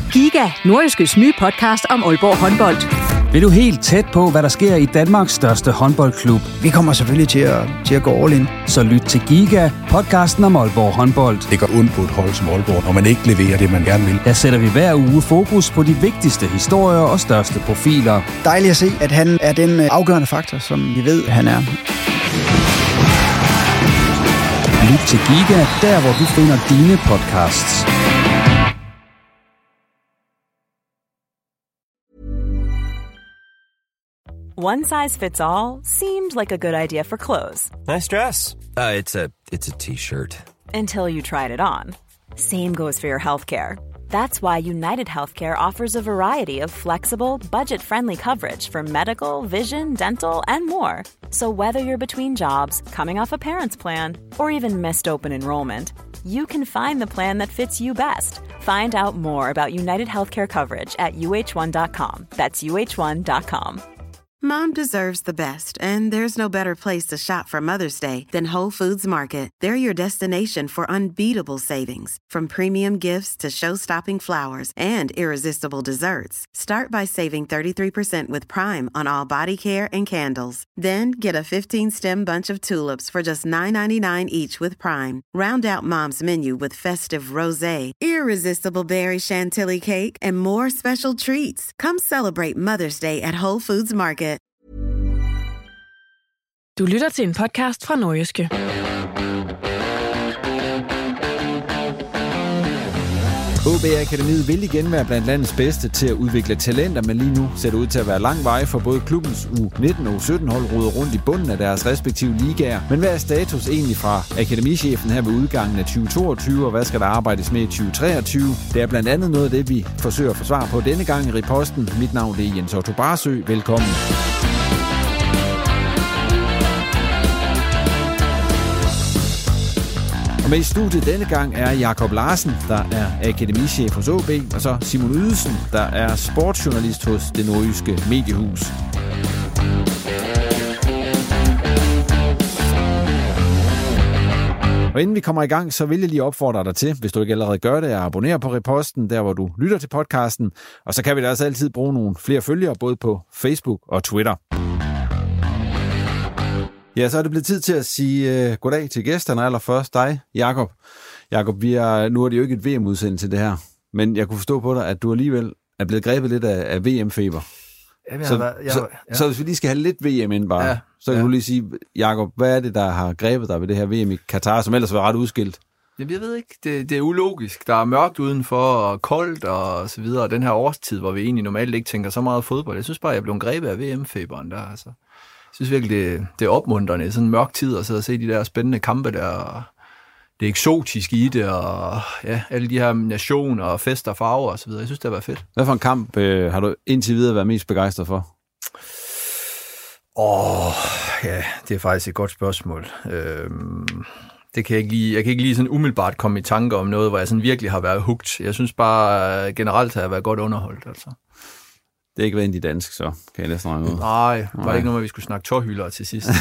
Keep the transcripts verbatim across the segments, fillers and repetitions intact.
Giga, Nordjyskes nye podcast om Aalborg håndbold. Vil du helt tæt på, hvad der sker i Danmarks største håndboldklub? Vi kommer selvfølgelig til at, til at gå all in. Så lyt til Giga, podcasten om Aalborg håndbold. Det går ondt på et hold som Aalborg, når man ikke leverer det, man gerne vil. Der sætter vi hver uge fokus på de vigtigste historier og største profiler. Dejligt at se, at han er den afgørende faktor, som vi ved, han er. Lyt til Giga, der hvor du finder dine podcasts. One size fits all seemed like a good idea for clothes. Nice dress. Uh, it's a it's a t-shirt. Until you tried it on. Same goes for your healthcare. That's why United Healthcare offers a variety of flexible, budget-friendly coverage for medical, vision, dental, and more. So whether you're between jobs, coming off a parent's plan, or even missed open enrollment, you can find the plan that fits you best. Find out more about United Healthcare coverage at U H one dot com. That's U H one dot com. Mom deserves the best, and there's no better place to shop for Mother's Day than Whole Foods Market. They're your destination for unbeatable savings, from premium gifts to show-stopping flowers and irresistible desserts. Start by saving thirty-three percent with Prime on all body care and candles. Then get a fifteen-stem bunch of tulips for just nine ninety-nine each with Prime. Round out Mom's menu with festive rosé, irresistible berry chantilly cake, and more special treats. Come celebrate Mother's Day at Whole Foods Market. Du lytter til en podcast fra Nordjyske. O B Akademiet vil igen være blandt landets bedste til at udvikle talenter, men lige nu ser det ud til at være lang vej for både klubbens U nitten og U sytten hold roder rundt i bunden af deres respektive ligaer. Men hvad er status egentlig fra akademichefen her ved udgangen af tyve toogtyve, og hvad skal der arbejdes med i tyve treogtyve? Det er blandt andet noget af det, vi forsøger at få svar på denne gang i Riposten. Mit navn er Jens Otto Barsø. Velkommen. Med i studiet denne gang er Jakob Larsen, der er akademichef hos O B, og så Simon Ydelsen, der er sportsjournalist hos Det Nordjyske Mediehus. Og inden vi kommer i gang, så vil jeg lige opfordre dig til, hvis du ikke allerede gør det, at abonnere på Riposten, der hvor du lytter til podcasten. Og så kan vi da også altid bruge nogle flere følgere, både på Facebook og Twitter. Ja, så er det blevet tid til at sige uh, goddag til gæsterne. Allerførst dig, Jakob. Jakob, vi er, nu er det jo ikke et V M-udsendelse til det her, men jeg kunne forstå på dig, at du alligevel er blevet grebet lidt af, af V M-feber. Jamen, så, jeg, jeg, så, ja. så hvis vi lige skal have lidt V M ind bare, ja, så kan ja. du lige sige, Jakob, hvad er det, der har grebet dig ved det her V M i Katar, som ellers var ret udskilt? Jamen, jeg ved ikke. Det, det er ulogisk. Der er mørkt udenfor, og koldt og så videre. Og den her årstid, hvor vi egentlig normalt ikke tænker så meget fodbold. Jeg synes bare, jeg blev grebet af V M-feberen der, altså. Jeg synes virkelig, det, det er opmuntrende i sådan en mørk tid at sidde og se de der spændende kampe der, og det eksotiske i det, og ja, alle de her nationer og fester og farver og så videre. Jeg synes, det har været fedt. Hvad for en kamp øh, har du indtil videre været mest begejstret for? Åh, oh, ja, det er faktisk et godt spørgsmål. Øhm, det kan jeg ikke lige, jeg kan ikke lige sådan umiddelbart komme i tanke om noget, hvor jeg sådan virkelig har været hooked. Jeg synes bare generelt har jeg været godt underholdt, altså. Det er ikke været ind i dansk, så kan jeg næsten regne ud. Nej, var det ikke noget med, at vi skulle snakke tårhylder til sidst?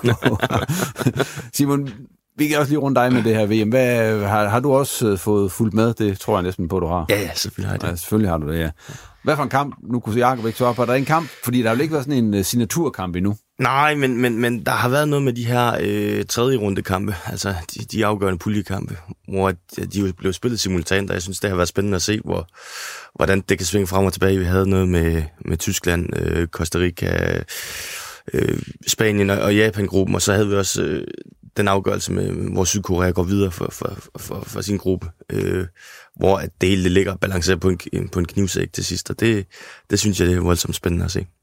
Simon, vi kan også lige runde dig med det her V M. Hvad, har, har du også fået fulgt med? Det tror jeg næsten på, du har. Ja, ja, selvfølgelig har jeg det. Ja, selvfølgelig har du det, ja. Hvad for en kamp? Nu kunne Jakob ikke svare på. Er der en kamp? Fordi der har jo ikke været sådan en uh, signaturkamp endnu. Nej, men, men, men der har været noget med de her øh, tredje runde kampe, altså de, de afgørende puljekampe, hvor de jo blev spillet simultant, og jeg synes, det har været spændende at se, hvor, hvordan det kan svinge frem og tilbage. Vi havde noget med, med Tyskland, øh, Costa Rica, øh, Spanien og, og Japan-gruppen, og så havde vi også øh, den afgørelse med, hvor Sydkorea går videre for, for, for, for sin gruppe, øh, hvor det hele ligger balanceret på en, på en knivsæk til sidst, og det, det synes jeg, det er voldsomt spændende at se.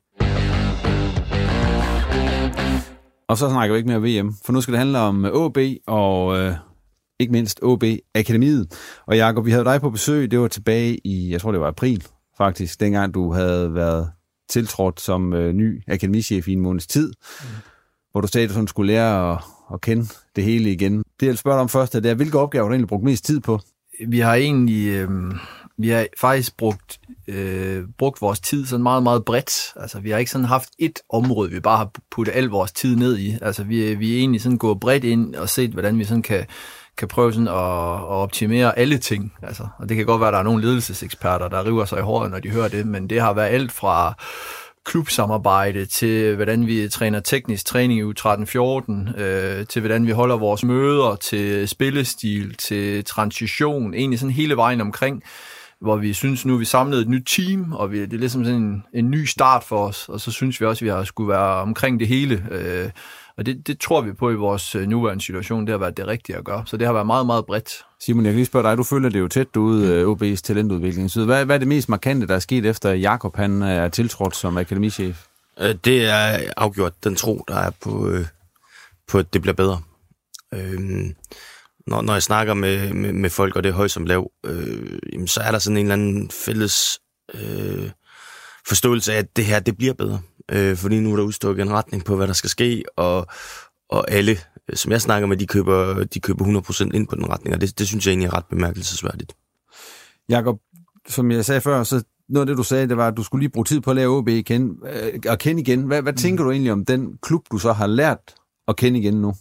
Og så snakker vi ikke mere V M, for nu skal det handle om O B og øh, ikke mindst O B Akademiet. Og Jakob, vi havde dig på besøg, det var tilbage i, jeg tror det var april faktisk, dengang du havde været tiltrådt som øh, ny akademichef i en måneds tid, mm. hvor du sagde, at du sådan skulle lære at, at kende det hele igen. Det jeg spørger dig om først, det er, hvilke opgaver du egentlig brugt mest tid på? Vi har egentlig, øh, vi har faktisk brugt, øh, brugt vores tid sådan meget, meget bredt. Altså, vi har ikke sådan haft et område, vi bare har puttet al vores tid ned i. Altså, vi, vi er egentlig sådan gået bredt ind og set, hvordan vi sådan kan, kan prøve sådan at, at optimere alle ting. Altså, og det kan godt være, at der er nogle ledelseseksperter, der river sig i håret, når de hører det, men det har været alt fra klubsamarbejde til, hvordan vi træner teknisk træning i U tretten fjorten, øh, til hvordan vi holder vores møder, til spillestil, til transition, egentlig sådan hele vejen omkring, hvor vi synes nu, vi samlede et nyt team, og vi, det er ligesom sådan en, en ny start for os, og så synes vi også, at vi har skulle være omkring det hele. Øh, og det, det tror vi på i vores nuværende situation, det har været det rigtige at gøre. Så det har været meget, meget bredt. Simon, jeg kan lige spørge dig, du følger det jo tæt derude, O B's talentudvikling. Så hvad, hvad er det mest markante, der er sket efter Jakob han er tiltrådt som akademichef? Det er afgjort den tro, der er på, på at det bliver bedre. Øhm, når, når jeg snakker med, med, med folk, og det er høj som lav, øh, jamen, så er der sådan en eller anden fælles øh, forståelse af, at det her, det bliver bedre. Øh, fordi nu er der udstukket en retning på, hvad der skal ske, og, og alle, som jeg snakker med, de køber, de køber hundrede procent ind på den retning, og det, det synes jeg egentlig er ret bemærkelsesværdigt. Jakob, som jeg sagde før, så noget af det, du sagde, det var, at du skulle lige bruge tid på at lære O B igen, øh, at kende igen. Hvad, hvad tænker mm. du egentlig om den klub, du så har lært at kende igen nu?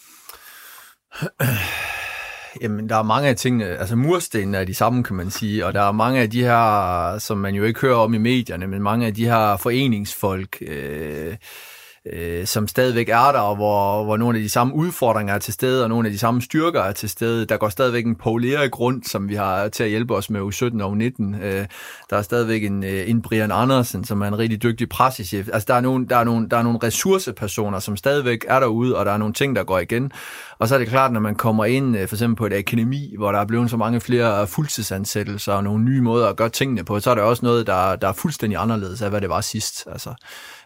Jamen, der er mange af tingene, altså murstenene er de samme, kan man sige, og der er mange af de her, som man jo ikke hører om i medierne, men mange af de her foreningsfolk, øh, øh, som stadigvæk er der, og hvor, hvor nogle af de samme udfordringer er til stede, og nogle af de samme styrker er til stede. Der går stadigvæk en Paul Erik rundt, som vi har til at hjælpe os med U sytten og U nitten. Øh, der er stadigvæk en, en Brian Andersen, som er en rigtig dygtig pressechef. Altså, der er, nogle, der, er nogle, der er nogle ressourcepersoner, som stadigvæk er derude, og der er nogle ting, der går igen. Og så er det klart, når man kommer ind for eksempel på et akademi, hvor der er blevet så mange flere fuldtidsansættelser og nogle nye måder at gøre tingene på, så er der også noget, der, der er fuldstændig anderledes af, hvad det var sidst. Altså,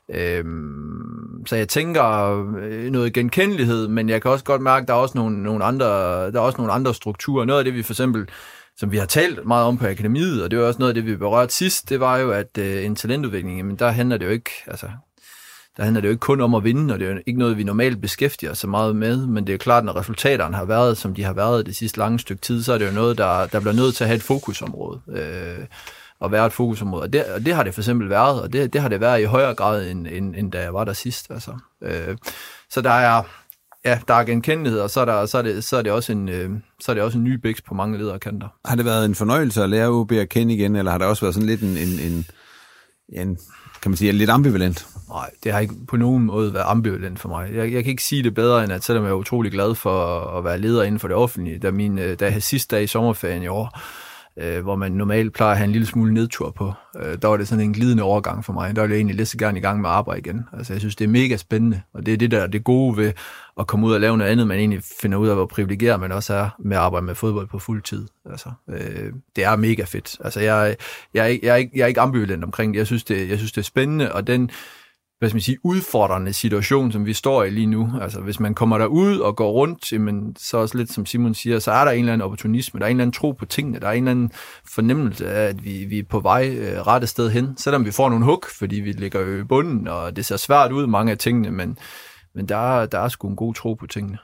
øhm, så jeg tænker noget genkendelighed, men jeg kan også godt mærke, at der er også nogle, nogle, andre, der er også nogle andre strukturer. Noget af det, vi for eksempel, som vi har talt meget om på akademiet, og det var også noget af det, vi berørte sidst, det var jo, at øh, en talentudvikling, men der handler det jo ikke... Altså, Der handler det jo ikke kun om at vinde, og det er jo ikke noget, vi normalt beskæftiger os så meget med, men det er klart, når resultaterne har været, som de har været det sidste lange stykke tid, så er det jo noget, der, der bliver nødt til at have et fokusområde, øh, og være et fokusområde. Og det, og det har det for eksempel været, og det, det har det været i højere grad, end, end, end da jeg var der sidst. Altså. Øh, så der er, ja, der er genkendelighed, og så er, der, så er, det, så er, det, også en, øh, så er det også en ny bæks på mange lederkanter. Har det været en fornøjelse at lære O B at kende igen, eller har det også været sådan lidt en... en, en, en kan man sige, er lidt ambivalent? Nej, det har ikke på nogen måde været ambivalent for mig. Jeg, jeg kan ikke sige det bedre, end at selvom jeg er utrolig glad for at være leder inden for det offentlige, da, min, da jeg havde sidste dag i sommerferien i år, øh, hvor man normalt plejer at have en lille smule nedtur på, øh, der var det sådan en glidende overgang for mig. Der ville jeg egentlig lige så gerne i gang med at arbejde igen. Altså, jeg synes, det er mega spændende, og det er det der det gode ved at komme ud og lave noget andet, man egentlig finder ud af, hvor privilegeret man også er med at arbejde med fodbold på fuld tid. Altså, øh, det er mega fedt. Altså, jeg, jeg, er ikke, jeg, er ikke, jeg er ikke ambivalent omkring det. Jeg synes, det, jeg synes, det er spændende, og den, hvad skal man sige, udfordrende situation, som vi står i lige nu. Altså, hvis man kommer derud og går rundt, jamen, så også lidt som Simon siger, så er der en eller anden opportunisme, der er en eller anden tro på tingene, der er en eller anden fornemmelse af, at vi, vi er på vej øh, rette sted hen, selvom vi får nogle hug, fordi vi ligger jo i bunden, og det ser svært ud, mange af tingene, men, men der, der er sgu en god tro på tingene.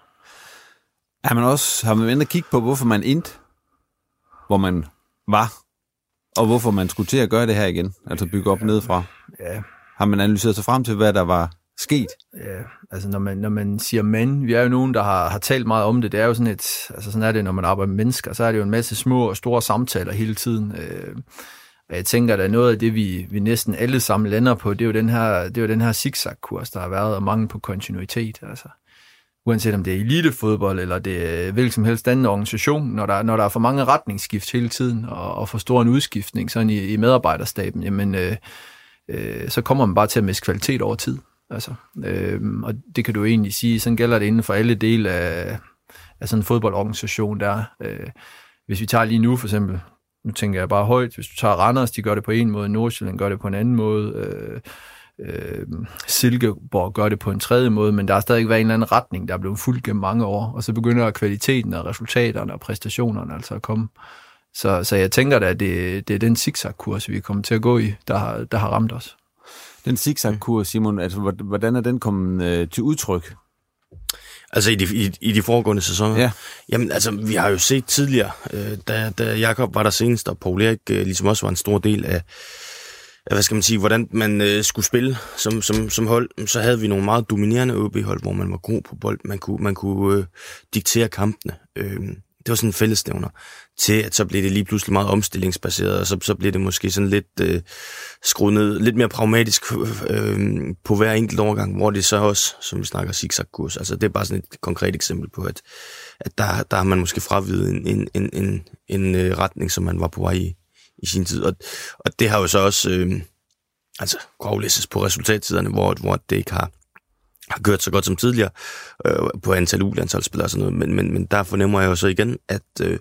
Har man også har man vendt at kigge på, hvorfor man endte, hvor man var, og hvorfor man skulle til at gøre det her igen, altså bygge op nedefra? Ja. Har man analyseret sig frem til, hvad der var sket? Ja, altså når man, når man siger men, vi er jo nogen, der har, har talt meget om det, det er jo sådan et, altså sådan er det, når man arbejder med mennesker, så er det jo en masse små og store samtaler hele tiden. Øh, og jeg tænker, at noget af det, vi, vi næsten alle sammen lander på, det er jo den her, det er jo den her zigzag-kurs, der har været, og mangel på kontinuitet, altså. Uanset om det er elitefodbold, eller det er hvilken som helst anden organisation, når der, når der er for mange retningsskift hele tiden, og, og for stor en udskiftning sådan i, i medarbejderstaben, jamen, øh, øh, så kommer man bare til at miste kvalitet over tid. Altså, øh, og det kan du egentlig sige, sådan gælder det inden for alle dele af, af sådan en fodboldorganisation der. Øh, hvis vi tager lige nu for eksempel, nu tænker jeg bare højt, hvis du tager Randers, de gør det på en måde, Nordsjælland gør det på en anden måde, øh, øh, Silkeborg gør det på en tredje måde, men der har stadig været en eller anden retning, der er blevet fuldt gennem mange år, og så begynder kvaliteten og resultaterne og præstationerne altså at komme. Så, så jeg tænker da, at det, det er den zigzag-kurs, vi er kommet til at gå i, der har, der har ramt os. Den zigzag-kurs, Simon, altså, hvordan er den kommet øh, til udtryk? Altså i de, i, i de foregående sæsoner? Ja. Jamen altså, vi har jo set tidligere, øh, da, da Jakob var der senest, og Paul Erik øh, ligesom også var en stor del af, hvad skal man sige, hvordan man øh, skulle spille som, som, som hold, så havde vi nogle meget dominerende O B-hold, hvor man var god på bold. Man kunne, man kunne øh, diktere kampene. Øh, det var sådan en fællesnævner til, at så blev det lige pludselig meget omstillingsbaseret, og så, så blev det måske sådan lidt øh, skruet ned, lidt mere pragmatisk øh, på hver enkelt overgang, hvor det så også, som vi snakker, zigzag-kurs. Altså det er bare sådan et konkret eksempel på, at, at der, der har man måske fravidet en, en, en, en, en øh, retning, som man var på vej i. i sin tid, og, og det har jo så også øh, altså kunne aflæses på resultattiderne, hvor, hvor det ikke har, har kørt så godt som tidligere øh, på antal U-landsholdsspillere og sådan noget, men, men, men der fornemmer jeg jo så igen, at øh,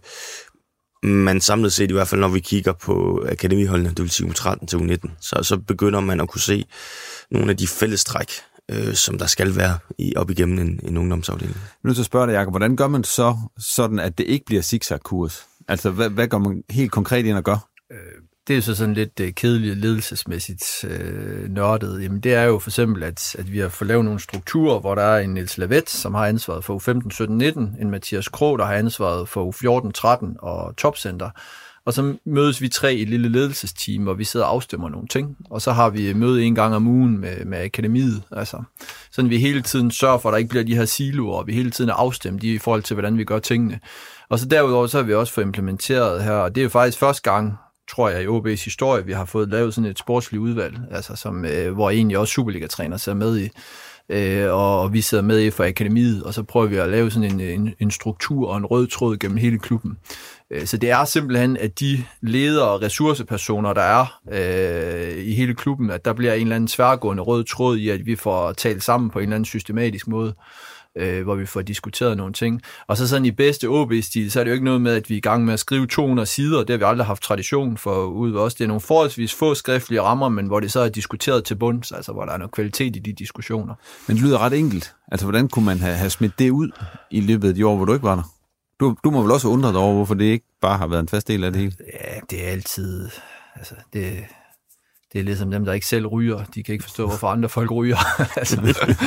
man samlet set, i hvert fald når vi kigger på akademiholdene, det vil sige U tretten til U nitten, så, så begynder man at kunne se nogle af de fællestræk, øh, som der skal være i, op igennem en, en ungdomsafdeling. Jeg er nødt til at spørge dig, Jacob, hvordan gør man så sådan, at det ikke bliver zigzag-kurs? Altså, hvad, hvad gør man helt konkret ind og gør? Det er jo så sådan lidt uh, kedeligt ledelsesmæssigt uh, nørdet. Jamen, det er jo for eksempel, at, at vi har fået lavet nogle strukturer, hvor der er en Niels Lavet, som har ansvaret for U femten, sytten, nitten, en Mathias Krog, der har ansvaret for U fjorten, tretten og Topcenter. Og så mødes vi tre i et lille ledelsesteam, hvor vi sidder og afstemmer nogle ting. Og så har vi møde en gang om ugen med, med akademiet. Altså, sådan vi hele tiden sørger for, at der ikke bliver de her siloer, og vi hele tiden er afstemt i forhold til, hvordan vi gør tingene. Og så derudover, så har vi også fået implementeret her, og det er jo faktisk første gang, tror jeg, i O B's historie, vi har fået lavet sådan et sportsligt udvalg, altså som, øh, hvor egentlig også Superliga-træner sidder med i, øh, og, og vi sidder med i for akademiet, og så prøver vi at lave sådan en, en, en struktur og en rød tråd gennem hele klubben. Øh, så det er simpelthen, at de ledere og ressourcepersoner, der er øh, i hele klubben, at der bliver en eller anden tværgående rød tråd i, at vi får talt sammen på en eller anden systematisk måde, Øh, hvor vi får diskuteret nogle ting. Og så sådan i bedste O B-stil, så er det jo ikke noget med, at vi er i gang med at skrive to hundrede sider, det har vi aldrig haft tradition for ude ved os. Det er nogle forholdsvis få skriftlige rammer, men hvor det så er diskuteret til bunds, altså hvor der er noget kvalitet i de diskussioner. Men det lyder ret enkelt. Altså, hvordan kunne man have, have smidt det ud i løbet af de år, hvor du ikke var der? Du, du må vel også undre dig over, hvorfor det ikke bare har været en fast del af det hele? Ja, det er altid... Altså, det... Det er ligesom dem, der ikke selv ryger. De kan ikke forstå, hvorfor andre folk ryger. altså,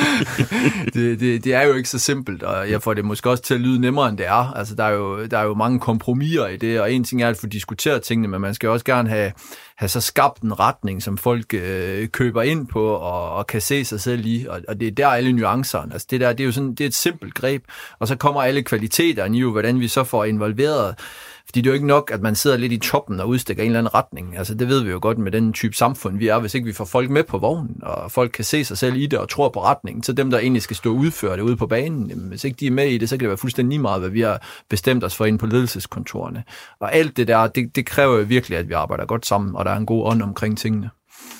det, det, det er jo ikke så simpelt, og jeg får det måske også til at lyde nemmere, end det er. Altså, der er jo, der er jo mange kompromiser i det, og en ting er at få diskuteret tingene, men man skal også gerne have, have så skabt en retning, som folk øh, køber ind på og, og kan se sig selv i, og, og det er der alle nuancerne. Altså, det, der, det er jo sådan, det er et simpelt greb, og så kommer alle kvaliteterne i, hvordan vi så får involveret. Fordi det er jo ikke nok, at man sidder lidt i toppen og udstikker en eller anden retning. Altså det ved vi jo godt med den type samfund, vi er, hvis ikke vi får folk med på vognen, og folk kan se sig selv i det og tror på retningen. Så dem, der egentlig skal stå og udføre det ude på banen, jamen, hvis ikke de er med i det, så kan det være fuldstændig lige meget, hvad vi har bestemt os for inde på ledelseskontorerne. Og alt det der, det, det kræver jo virkelig, at vi arbejder godt sammen, og der er en god ånd omkring tingene.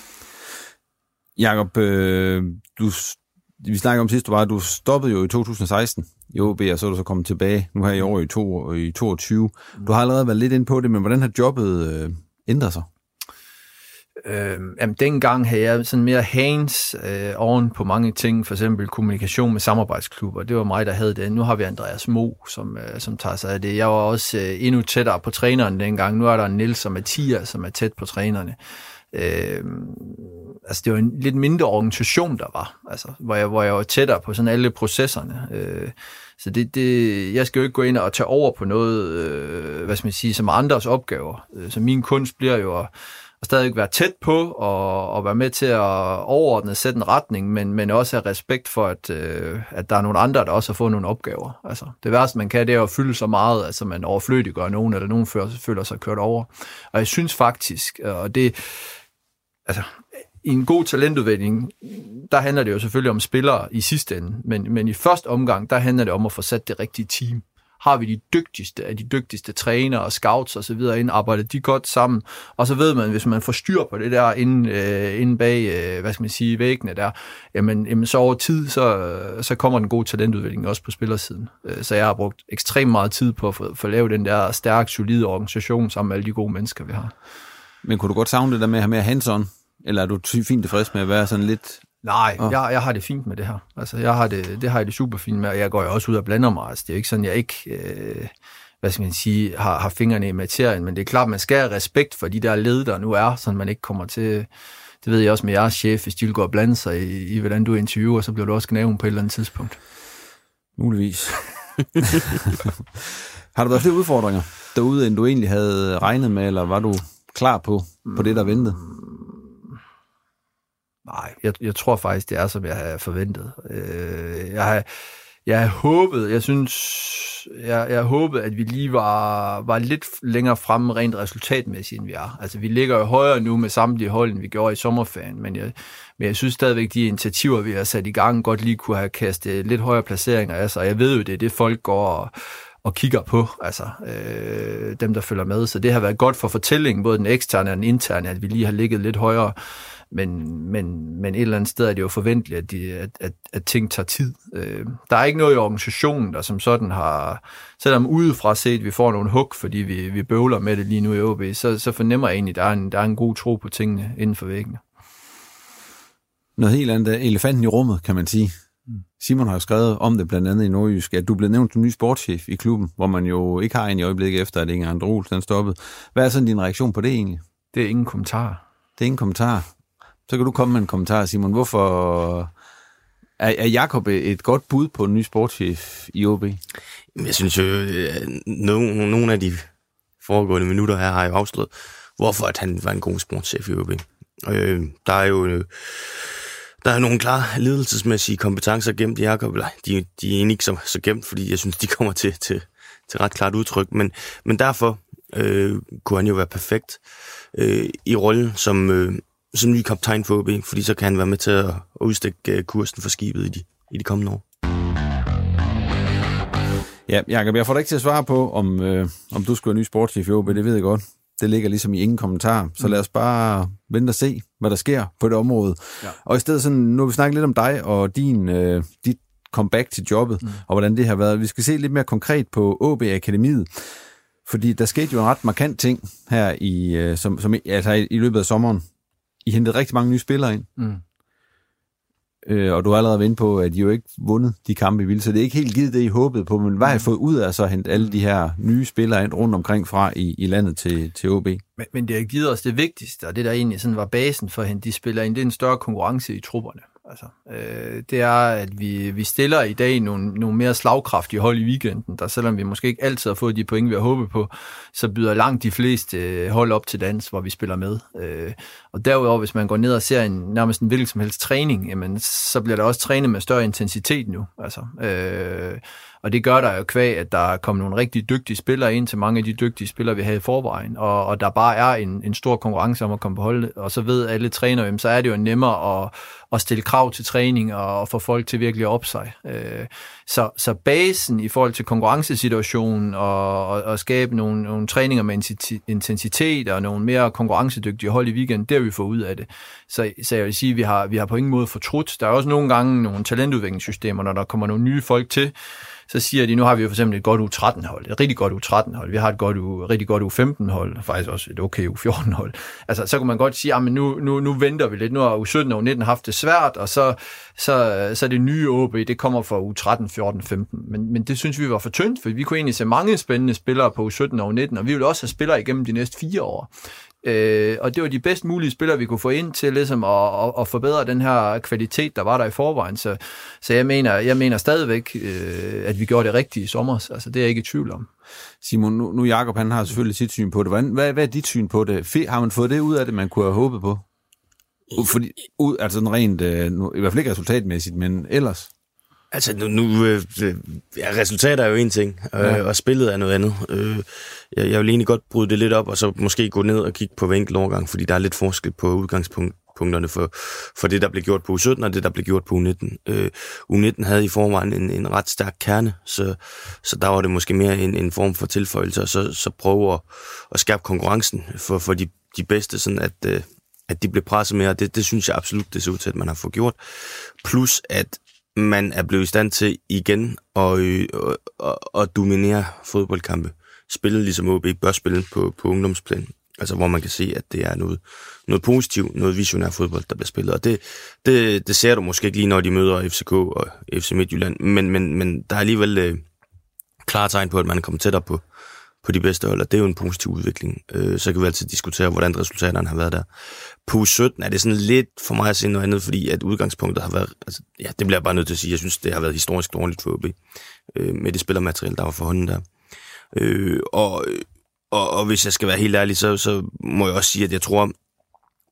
Jakob, øh, du, vi snakkede om sidst, du, var, du stoppede jo i to tusind og seksten i O B, og så er du så kommet tilbage nu her i år i, to, i toogtyve. Du har allerede været lidt inde på det, men hvordan har jobbet øh, ændret sig? Øh, jamen, dengang havde jeg sådan mere hands øh, oven på mange ting, for eksempel kommunikation med samarbejdsklubber. Det var mig, der havde det. Nu har vi Andreas Mo, som, øh, som tager sig af det. Jeg var også øh, endnu tættere på træneren dengang. Nu er der Niels og Mathias, som er tæt på trænerne. Øh, altså det var en lidt mindre organisation, der var, altså, hvor, jeg, hvor jeg var tættere på sådan alle processerne. Øh, så det, det, jeg skal jo ikke gå ind og tage over på noget, øh, hvad skal man sige, som andres opgaver. Øh, så min kunst bliver jo at, at stadig være tæt på og, og være med til at overordnet sætte en retning, men, men også have respekt for, at, øh, at der er nogle andre, der også har fået nogle opgaver. Altså, det værste, man kan, det er at fylde så meget, altså man overflødiggør nogen, eller nogen føler, føler sig kørt over. Og jeg synes faktisk, og det altså, i en god talentudvikling, der handler det jo selvfølgelig om spillere i sidste ende, men, men i første omgang, der handler det om at få sat det rigtige team. Har vi de dygtigste af de dygtigste trænere og scouts og så videre ind, arbejder de godt sammen, og så ved man, hvis man får styr på det der inde, øh, inde bag, øh, hvad skal man sige, væggene der, jamen, jamen så over tid, så, så kommer den gode talentudvikling også på spillersiden. Så jeg har brugt ekstremt meget tid på at få, få lavet den der stærk, solide organisation sammen med alle de gode mennesker, vi har. Men kunne du godt savne det der med at have mere hands-on? Eller er du fint tilfreds med at være sådan lidt... Nej, oh. jeg, jeg har det fint med det her. Altså, jeg har det, det har jeg det super fint med, og jeg går jo også ud og blander mig. Altså, det er jo ikke sådan, jeg ikke, øh, hvad skal man sige, har, har fingrene i materien, men det er klart, man skal have respekt for de der led, der nu er, så man ikke kommer til... Det ved jeg også med jeres chef, hvis de vil gå og blande sig i, i hvordan du interviewer, så bliver du også knæven på et eller andet tidspunkt. Muligvis. Har der været flere udfordringer derude, end du egentlig havde regnet med, eller var du klar på, på det, der ventede? Nej, jeg, jeg tror faktisk, det er, som jeg har forventet. Øh, jeg har jeg har håbet, jeg synes, jeg, jeg har håbet, at vi lige var, var lidt længere fremme rent resultatmæssigt, end vi er. Altså, vi ligger jo højere nu med samtlige hold, end vi gjorde i sommerferien, men jeg, men jeg synes stadigvæk, de initiativer, vi har sat i gang, godt lige kunne have kastet lidt højere placeringer af sig. Jeg ved jo, det er det, folk går og, og kigger på, altså øh, dem, der følger med. Så det har været godt for fortællingen, både den eksterne og den interne, at vi lige har ligget lidt højere. Men, men, men et eller andet sted er det jo forventeligt, at, de, at, at, at ting tager tid. Øh, der er ikke noget i organisationen, der som sådan har, selvom udefra set, vi får nogle hug, fordi vi, vi bøvler med det lige nu i O B, så, så fornemmer jeg egentlig, at der er, en, der er en god tro på tingene inden for væggene. Noget helt andet, elefanten i rummet, kan man sige. Simon har jo skrevet om det blandt andet i Nordjysk, at du blev nævnt som ny sportschef i klubben, hvor man jo ikke har en i øjeblikket efter, at Inger André Olsen stoppede. Hvad er sådan din reaktion på det egentlig? Det er ingen kommentar. Det er ingen kommentar. Så kan du komme med en kommentar, Simon. Hvorfor er, er Jakob et godt bud på en ny sportschef i O B? Jeg synes jo, at nogle, nogle af de foregående minutter her har jo afsløret, hvorfor at han var en god sportschef i O B. Øh, der er jo der er nogle klare ledelsesmæssige kompetencer gemt i Jakob. De, de er egentlig ikke så, så gemt, fordi jeg synes, de kommer til, til, til ret klart udtryk. Men, men derfor øh, kunne han jo være perfekt øh, i rollen som... Øh, som ny kaptajn for O B, fordi så kan han være med til at udstikke kursen for skibet i de, i de kommende år. Ja, Jakob, jeg får dig ikke til at svare på, om, øh, om du skulle være ny sportschef i O B, det ved jeg godt. Det ligger ligesom i ingen kommentar, så lad os bare vente og se, hvad der sker på det område. Ja. Og i stedet sådan, nu har vi snakket lidt om dig og din, øh, dit comeback til jobbet, mm. og hvordan det har været. Vi skal se lidt mere konkret på O B-akademiet, fordi der skete jo en ret markant ting her i, øh, som, som, altså i, i løbet af sommeren. I hentede rigtig mange nye spillere ind. Mm. Øh, og du har allerede været inde på, at I jo ikke vundet de kampe, I ville, så det er ikke helt givet det, I håbede på, men hvad har I fået ud af så at hente alle de her nye spillere ind rundt omkring fra i, i landet til, til O B? Men, men det har givet os det vigtigste, og det der egentlig sådan var basen for at hente de spillere ind, det er en større konkurrence i trupperne. Altså, øh, det er, at vi, vi stiller i dag nogle, nogle mere slagkraftige hold i weekenden, der selvom vi måske ikke altid har fået de point, vi har håbet på, så byder langt de fleste hold op til dans, hvor vi spiller med. Øh, og derudover, hvis man går ned og ser en, nærmest en hvilken som helst træning, jamen, så bliver der også trænet med større intensitet nu. Altså, øh, og det gør der jo kvæg, at der er kommet nogle rigtig dygtige spillere ind til mange af de dygtige spillere, vi havde i forvejen, og, og der bare er en, en stor konkurrence om at komme på holdet, og så ved alle trænere, jamen, så er det jo nemmere at, at stille krav til træning og, og få folk til virkelig at op sig. Øh, så, så basen i forhold til konkurrencesituationen og, og, og skabe nogle, nogle træninger med intensitet og nogle mere konkurrencedygtige hold i weekenden, det har vi fået ud af det. Så, så jeg vil sige, at vi har, vi har på ingen måde fortrudt. Der er også nogle gange nogle talentudviklingssystemer, når der kommer nogle nye folk til, så siger de, nu har vi jo for eksempel et godt U tretten hold, et rigtig godt U tretten hold, vi har et godt U, rigtig godt U femten hold, faktisk også et okay U fjorten hold. Altså, så kunne man godt sige, at nu, nu, nu venter vi lidt, nu har U sytten og U nitten haft det svært, og så, så, så det nye O B, det kommer fra U tretten, fjorten, femten. Men, men det synes vi var for tyndt, for vi kunne egentlig se mange spændende spillere på U sytten og U nitten, og vi ville også have spillere igennem de næste fire år. Øh, og det var de bedst mulige spillere, vi kunne få ind til ligesom at, at, at forbedre den her kvalitet, der var der i forvejen. Så, så jeg, mener, jeg mener stadigvæk, øh, at vi gjorde det rigtigt i sommer. Altså, det er jeg ikke i tvivl om. Simon, nu, nu Jakob, han har selvfølgelig sit syn på det. Hvad, hvad, hvad er dit syn på det? Har man fået det ud af det, man kunne have håbet på? Fordi, ud, altså den rent, nu, i hvert fald ikke resultatmæssigt, men ellers? Altså, nu, nu øh, ja, resultater er jo en ting, øh, ja. Og spillet er noget andet. Øh, jeg, jeg vil egentlig godt bryde det lidt op, og så måske gå ned og kigge på hver enkelt overgang, fordi der er lidt forskel på udgangspunkterne for, for det, der blev gjort på U sytten, og det, der blev gjort på U nitten. Øh, U nitten havde i forvejen en, en ret stærk kerne, så, så der var det måske mere en, en form for tilføjelse, og så, så prøve at, at skærpe konkurrencen for, for de, de bedste, sådan at, øh, at de blev presset mere, og det, det synes jeg absolut, det ser ud til, at man har fået gjort. Plus, at man er blevet i stand til igen at, øh, at, at dominere fodboldkampe. Spillet ligesom O B bør spille på, på ungdomsplan. Altså hvor man kan se, at det er noget, noget positivt, noget visionær fodbold, der bliver spillet. Og det, det, det ser du måske ikke lige, når de møder F C K og F C Midtjylland. Men, men, men der er alligevel øh, klare tegn på, at man er kommet tættere på, på de bedste hold, og det er jo en positiv udvikling. Øh, så kan vi altid diskutere, hvordan resultaterne har været der. På U sytten er det sådan lidt for mig at se noget andet, fordi at udgangspunktet har været, altså, ja, det bliver jeg bare nødt til at sige, jeg synes, det har været historisk dårligt for O B, øh, med det spillermateriale, der var for hånden der. Øh, og, og, og hvis jeg skal være helt ærlig, så, så må jeg også sige, at jeg tror,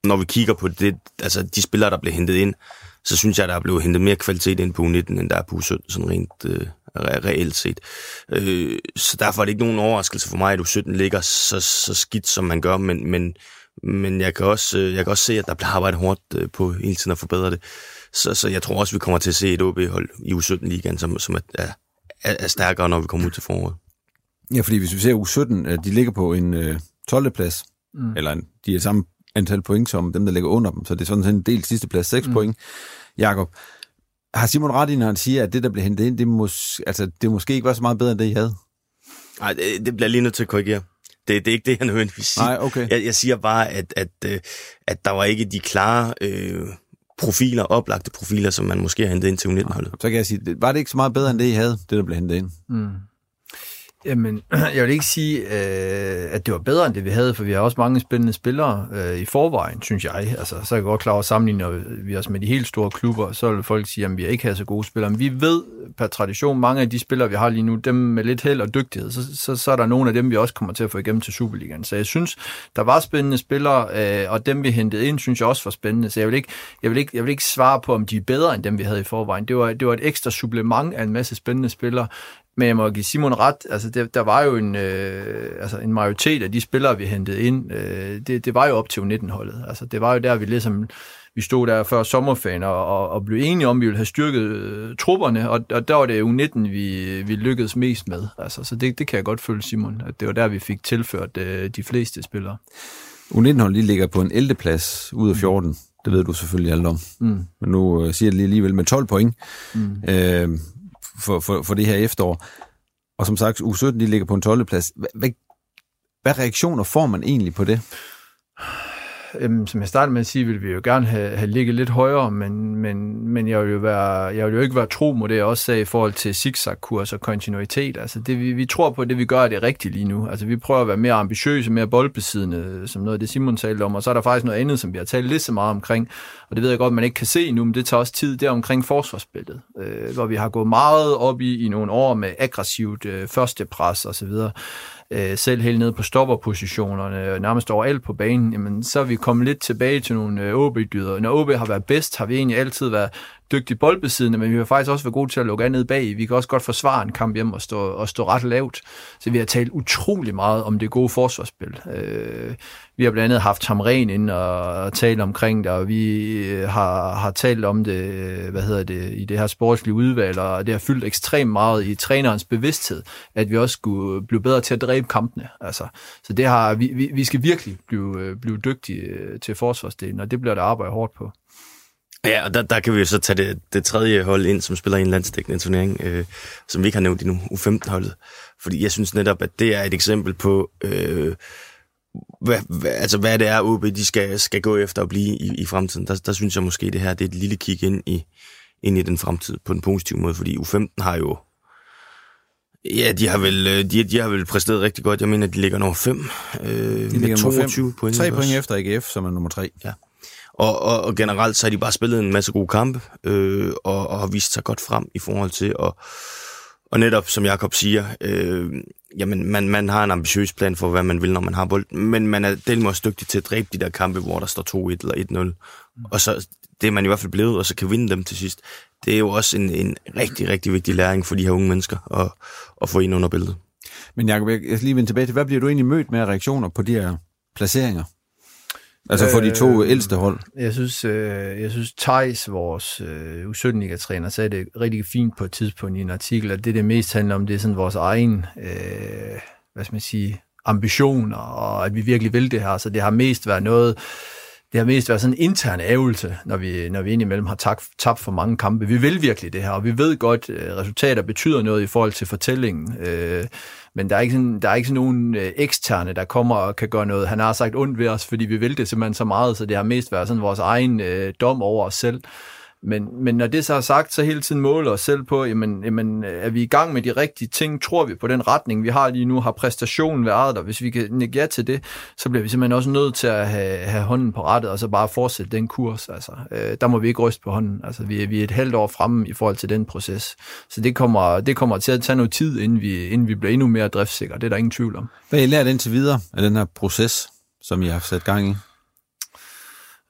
når vi kigger på det, altså de spillere, der blev hentet ind, så synes jeg, der er blevet hentet mere kvalitet ind på U nitten, end der er på U sytten, sådan rent øh, reelt set. Øh, så derfor er det ikke nogen overraskelse for mig, at U sytten ligger så, så skidt, som man gør, men, men, men jeg, kan også, jeg kan også se, at der bliver arbejdet hårdt øh, på hele tiden at forbedre det. Så, så jeg tror også, vi kommer til at se et O B-hold i U sytten-ligaen, som, som er, er, er stærkere, når vi kommer ud til foråret. Ja, fordi hvis vi ser U sytten, de ligger på en øh, tolvte plads, mm. eller en, de er samme antal point som dem, der ligger under dem, så det er sådan en del sidste plads, seks mm. point. Jakob, har Simon ret i, når han siger, at det, der blev hentet ind, det, mås- altså, det måske ikke var så meget bedre, end det, I havde? Nej, det, det bliver lige nødt til at korrigere. Det, det er ikke det, jeg nødvendigvis siger. Nej, okay. Jeg, jeg siger bare, at, at, at der var ikke de klare øh, profiler, oplagte profiler, som man måske har hentet ind til U nitten-holdet. Så kan jeg sige, var det ikke så meget bedre, end det, I havde, det, der blev hentet ind? Mm. Jamen, jeg vil ikke sige, øh, at det var bedre end det, vi havde, for vi har også mange spændende spillere øh, i forvejen, synes jeg. Altså, så er jeg godt klar over at sammenligne vi os med de helt store klubber, så vil folk sige, at vi ikke har så gode spillere. Men vi ved per tradition, mange af de spillere, vi har lige nu, dem med lidt held og dygtighed, så, så, så er der nogle af dem, vi også kommer til at få igennem til Superligaen. Så jeg synes, der var spændende spillere, øh, og dem, vi hentede ind, synes jeg også var spændende. Så jeg vil, ikke, jeg, vil ikke, jeg vil ikke svare på, om de er bedre end dem, vi havde i forvejen. Det var, det var et ekstra supplement af en masse spændende spillere. Men jeg må give Simon ret, altså det, der var jo en, øh, altså en majoritet af de spillere, vi hentede ind, øh, det, det var jo op til U nitten-holdet. Altså det var jo der, vi ligesom, vi stod der før sommerferien og, og, og blev enige om, at vi ville have styrket øh, trupperne, og, og der var det U nitten, vi, vi lykkedes mest med. Altså, så det, det kan jeg godt føle, Simon, at det var der, vi fik tilført øh, de fleste spillere. U nitten-holdet ligger på en ellevte plads ud af fjorten. Mm. Det ved du selvfølgelig alt om. Mm. Men nu øh, siger jeg lige alligevel med tolv point. Mm. Øh, For, for, for det her efterår. Og som sagt, U sytten de ligger på en tolvte plads. Hvad, hvad reaktioner får man egentlig på det? Øhm, som jeg startede med at sige, ville vi jo gerne have, have ligget lidt højere, men, men, men jeg, vil jo være, jeg vil jo ikke være tro mod det, jeg også sagde i forhold til zigzag-kurs og kontinuitet. Altså det, vi, vi tror på, at det vi gør, er det rigtigt lige nu. Altså vi prøver at være mere ambitiøse, mere boldbesiddende, som noget af det Simon talte om, og så er der faktisk noget andet, som vi har talt lidt så meget omkring, og det ved jeg godt, man ikke kan se nu, men det tager også tid, det er omkring forsvarsspillet, øh, hvor vi har gået meget op i i nogle år med aggressivt øh, førstepres og så videre. Selv helt nede på stopperpositionerne, nærmest overalt på banen, jamen, så er vi kommet lidt tilbage til nogle O B-dyder. Når O B har været bedst, har vi egentlig altid været dygtige boldbesiddende, men vi har faktisk også været gode til at lukke andet bag. Vi kan også godt forsvare en kamp hjem og stå, og stå ret lavt. Så vi har talt utrolig meget om det gode forsvarsspil. Øh, vi har blandt andet haft Hamren ind og, og talt omkring det, og vi har, har talt om det, hvad hedder det, i det her sportslige udvalg, og det har fyldt ekstremt meget i trænerens bevidsthed, at vi også skulle blive bedre til at dræbe kampene. Altså, så det har, vi, vi, vi skal virkelig blive, blive dygtige til forsvarsdelen, og det bliver der arbejdet hårdt på. Ja, og der, der kan vi jo så tage det, det tredje hold ind, som spiller i en landsdækkende turnering, øh, som vi ikke har nævnt endnu, U femten-holdet. Fordi jeg synes netop, at det er et eksempel på, øh, hvad, hvad, altså hvad det er, O B de skal, skal gå efter at blive i, i fremtiden. Der, der synes jeg måske, det her det er et lille kig ind i, ind i den fremtid på en positiv måde, fordi U femten har jo, ja, de har vel, de, de har vel præsteret rigtig godt. Jeg mener, de ligger nummer fem. Øh, de ligger toogtyve point. Tre point efter A G F, som er nummer tre. Ja. Og, og, og generelt så har de bare spillet en masse gode kampe, øh, og, og har vist sig godt frem i forhold til, og, og netop som Jakob siger, øh, jamen man, man har en ambitiøs plan for, hvad man vil, når man har bold, men man er delvis også dygtig til at dræbe de der kampe, hvor der står to et eller et nul, mm. og så det er man i hvert fald blevet, og så kan vinde dem til sidst. Det er jo også en, en rigtig, rigtig vigtig læring for de her unge mennesker at, at få ind under billedet. Men Jakob, jeg skal lige vende tilbage til, hvad bliver du egentlig mødt med reaktioner på de her placeringer? Altså for de to øh, ældste hold. Jeg synes, øh, jeg synes Theis, vores øh, U sytten-ligatræner, sagde det rigtig fint på et tidspunkt i en artikel, at det, det mest handler om, det er sådan vores egen, øh, hvad skal man sige, ambitioner, og at vi virkelig vil det her. Så det har mest været noget, det har mest været sådan en intern ævelse, når vi, når vi indimellem har tabt, tabt for mange kampe. Vi vil virkelig det her, og vi ved godt, at resultater betyder noget i forhold til fortællingen. Øh, men der er ikke sådan, der er ikke sådan nogen øh, eksterne, der kommer og kan gøre noget. Han har sagt ondt ved os, fordi vi vil det simpelthen så meget, så det har mest været sådan vores egen øh, dom over os selv. Men, men når det så er sagt, så hele tiden måler os selv på, jamen, jamen, er vi i gang med de rigtige ting? Tror vi på den retning, vi har lige nu? Har præstationen været der? Hvis vi kan nikke ja til det, så bliver vi simpelthen også nødt til at have, have hånden på rettet, og så bare fortsætte den kurs. Altså, øh, der må vi ikke ryste på hånden. Altså, vi, er, vi er et halvt år fremme i forhold til den proces. Så det kommer, det kommer til at tage noget tid, inden vi, inden vi bliver endnu mere driftsikre. Det er der ingen tvivl om. Hvad har I lært indtil videre af den her proces, som I har sat gang i?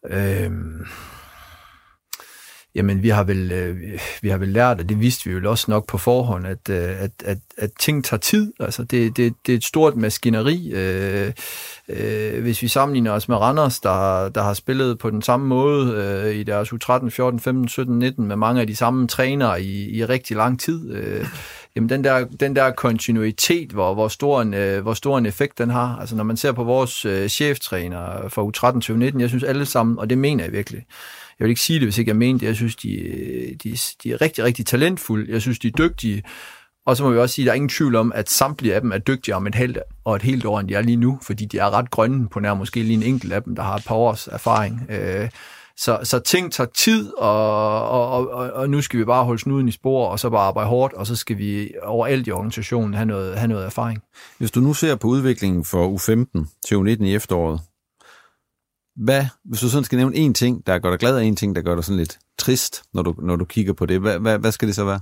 Øhm, jamen, vi har, vel, øh, vi har vel lært, og det vidste vi jo også nok på forhånd, at, øh, at, at, at ting tager tid. Altså, det, det, det er et stort maskineri. Øh, øh, hvis vi sammenligner os med Randers, der, der har spillet på den samme måde øh, i deres U tretten, fjorten, femten, sytten, nitten, med mange af de samme trænere i, i rigtig lang tid, øh, jamen den der, den der kontinuitet, hvor, hvor, stor en, øh, hvor stor en effekt den har. Altså når man ser på vores øh, cheftræner fra U tretten til U nitten, jeg synes alle sammen, og det mener jeg virkelig, jeg vil ikke sige det, hvis ikke jeg mener det, jeg synes, de, de, de er rigtig, rigtig talentfulde, jeg synes, de er dygtige, og så må vi også sige, at der er ingen tvivl om, at samtlige af dem er dygtigere om et halvt og et helt år, end de er lige nu, fordi de er ret grønne på nær måske lige en enkelt af dem, der har et par års erfaring. Øh, Så, så ting tager tid, og, og, og, og nu skal vi bare holde snuden i spor, og så bare arbejde hårdt, og så skal vi overalt i organisationen have noget, have noget erfaring. Hvis du nu ser på udviklingen for U femten til U nitten i efteråret, hvad, hvis du sådan skal nævne en ting, der gør dig glad, og en ting, der gør dig sådan lidt trist, når du, når du kigger på det, hvad, hvad, hvad skal det så være?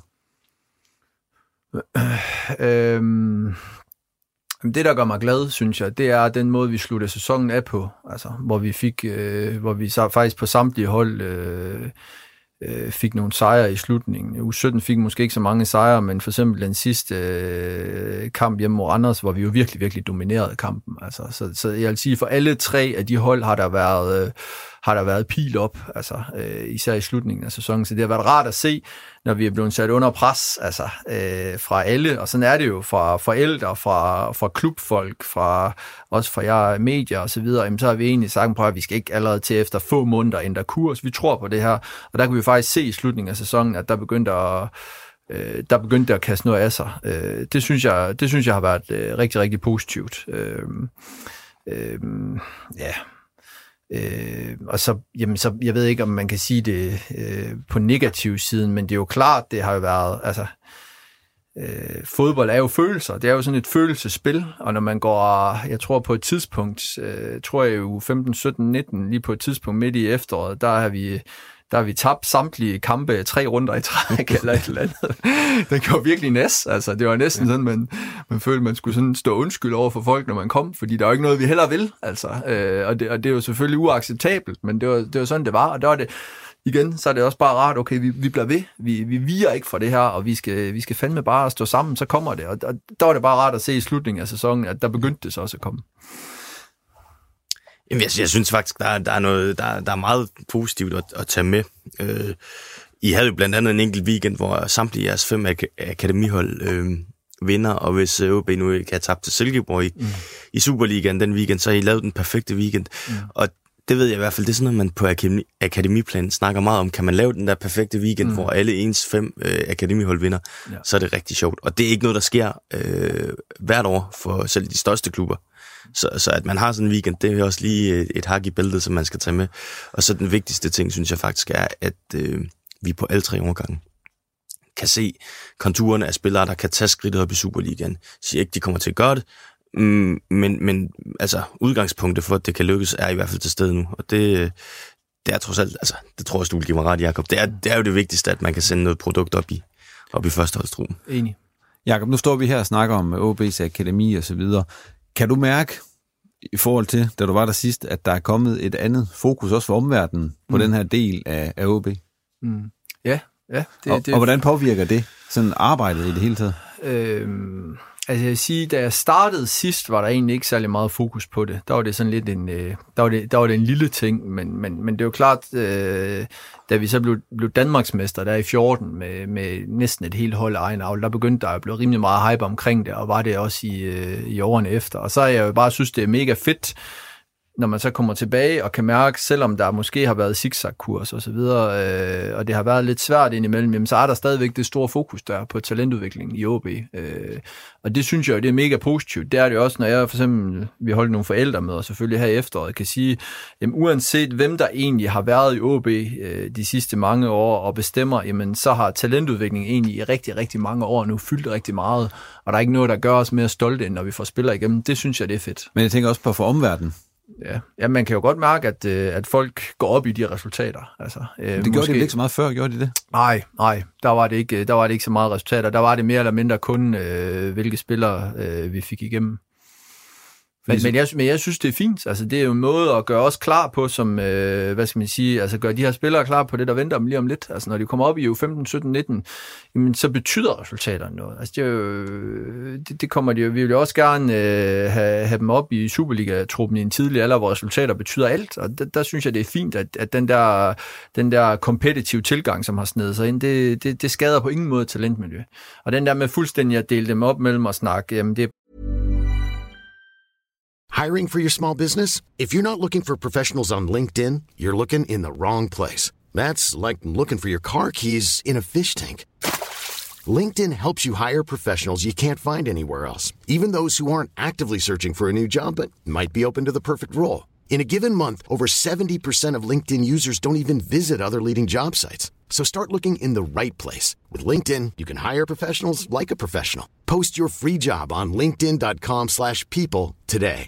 øhm Det, der gør mig glad, synes jeg, det er den måde, vi slutter sæsonen af på. Altså, hvor vi fik, øh, hvor vi så faktisk på samtlige hold øh, øh, fik nogle sejre i slutningen. U sytten fik måske ikke så mange sejre, men for eksempel den sidste øh, kamp hjemme mod Randers, hvor vi jo virkelig, virkelig dominerede kampen. Altså, så, så jeg vil sige, for alle tre af de hold har der været, øh, har der været pil op, altså, øh, især i slutningen af sæsonen. Så det har været rart at se, når vi er blevet sat under pres, altså øh, fra alle, og sådan er det jo fra forældre, fra, fra klubfolk, fra også fra jer medier og så videre, jamen, så har vi egentlig sagt, prøv at vi skal ikke allerede til efter få måneder ændre kurs. Vi tror på det her, og der kan vi faktisk se i slutningen af sæsonen, at der begyndte at øh, der begyndte at kaste noget af sig. Øh, det synes jeg, det synes jeg har været øh, rigtig, rigtig positivt. Øh, øh, ja. Øh, og så, jamen, så, jeg ved ikke, om man kan sige det øh, på negativ siden, men det er jo klart, det har jo været, altså, øh, fodbold er jo følelser, det er jo sådan et følelsesspil, og når man går, jeg tror på et tidspunkt, øh, tror jeg jo femten, sytten, nitten, lige på et tidspunkt midt i efteråret, der har vi, der har vi tabt samtlige kampe tre runder i træk, eller et eller andet. Det gjorde virkelig næs, altså, det var næsten sådan, man, man følte, man skulle sådan stå undskyld over for folk, når man kom, fordi der er jo ikke noget, vi heller vil, altså, øh, og, det, og det er jo selvfølgelig uacceptabelt, men det var, det var sådan, det var, og der var det, igen, så er det også bare rart, okay, vi, vi bliver ved, vi, vi viger ikke fra det her, og vi skal, vi skal fandme bare stå sammen, så kommer det, og, og der var det bare rart at se i slutningen af sæsonen, at der begyndte det så også at komme. Jamen, jeg, jeg synes faktisk, der er, der er noget, der, der er meget positivt at, at tage med. Øh, I havde jo blandt andet en enkelt weekend, hvor samtlige jeres fem ak- akademihold øh, vinder, og hvis O B nu ikke har tabt til Silkeborg i, mm. i Superligaen den weekend, så har I lavet den perfekte weekend. Mm. Og det ved jeg i hvert fald, det er sådan noget, man på akademi, akademiplan snakker meget om. Kan man lave den der perfekte weekend, mm. hvor alle ens fem øh, akademihold vinder, ja. Så er det rigtig sjovt. Og det er ikke noget, der sker øh, hvert år for selv de største klubber. Så, så at man har sådan en weekend, det er også lige et, et hak i bæltet, som man skal tage med. Og så den vigtigste ting, synes jeg faktisk er, at øh, vi på alle tre overgange kan se konturerne af spillere, der kan tage skridtet op i Superligaen. Jeg siger ikke, de kommer til at gøre det, mm, men, men altså, udgangspunktet for, at det kan lykkes, er i hvert fald til stede nu. Og det, det er trods alt, altså, det tror jeg, du vil give mig ret, Jacob. Det er, det er jo det vigtigste, at man kan sende noget produkt op i, op i førsteholdstruppen. Enig. Jacob, nu står vi her og snakker om O B's akademi og så videre. Kan du mærke, i forhold til, da du var der sidst, at der er kommet et andet fokus også for omverdenen på mm. den her del af, af O B? Mm. Ja, ja. Det, og, det, og hvordan påvirker det sådan arbejdet i det hele taget? Øhm, altså jeg vil sige, da jeg startede sidst, var der egentlig ikke særlig meget fokus på det. Der var det sådan lidt en, øh, der var det, der var det en lille ting, men, men, men det er jo klart, øh, da vi så blev, blev Danmarksmester der i fjorten med, med næsten et helt hold af egen avl, der begyndte der at blive rimelig meget hype omkring det, og var det også i, øh, i årene efter. Og så er jeg jo bare synes, det er mega fedt, når man så kommer tilbage og kan mærke, selvom der måske har været zigzag-kurs og så videre, øh, og det har været lidt svært indimellem, jamen, så er der stadigvæk det store fokus der på talentudviklingen i O B. Øh, og det synes jeg jo, det er mega positivt. Det er det også, når jeg for eksempel, vi holdt nogle forældre med, og selvfølgelig her i efteråret, kan sige, jamen, uanset hvem der egentlig har været i O B øh, de sidste mange år og bestemmer, jamen, så har talentudviklingen egentlig i rigtig, rigtig mange år nu fyldt rigtig meget, og der er ikke noget, der gør os mere stolte, end når vi får spillere igennem. Det synes jeg, det er fedt. Men jeg tænker også på for omverdenen. Ja. ja, man kan jo godt mærke, at, at folk går op i de resultater. Altså, øh, det gjorde måske... de ikke så meget før, gjorde de det? Nej, nej, der var det ikke, der var det ikke så meget resultater. Der var det mere eller mindre kun, øh, hvilke spillere øh, vi fik igennem. Men, men, jeg, men jeg synes, det er fint. Altså, det er jo en måde at gøre os klar på, som, øh, hvad skal man sige, altså gøre de her spillere klar på det, der venter dem lige om lidt. Altså, når de kommer op i U femten, sytten, nitten, jamen, så betyder resultaterne noget. Altså, det, er jo, det, det kommer de jo. Vi vil jo også gerne øh, have, have dem op i Superliga-truppen i en tidlig alder, hvor resultater betyder alt. Og der, der synes jeg, det er fint, at, at den der, den der competitive tilgang, som har snedet sig ind, det, det, det skader på ingen måde talentmiljø. Og den der med fuldstændig at dele dem op mellem og snakke, jamen det Hiring for your small business? If you're not looking for professionals on LinkedIn, you're looking in the wrong place. That's like looking for your car keys in a fish tank. LinkedIn helps you hire professionals you can't find anywhere else, even those who aren't actively searching for a new job but might be open to the perfect role. In a given month, over seventy percent of LinkedIn users don't even visit other leading job sites. So start looking in the right place. With LinkedIn, you can hire professionals like a professional. Post your free job on linkedin dot com slash people today.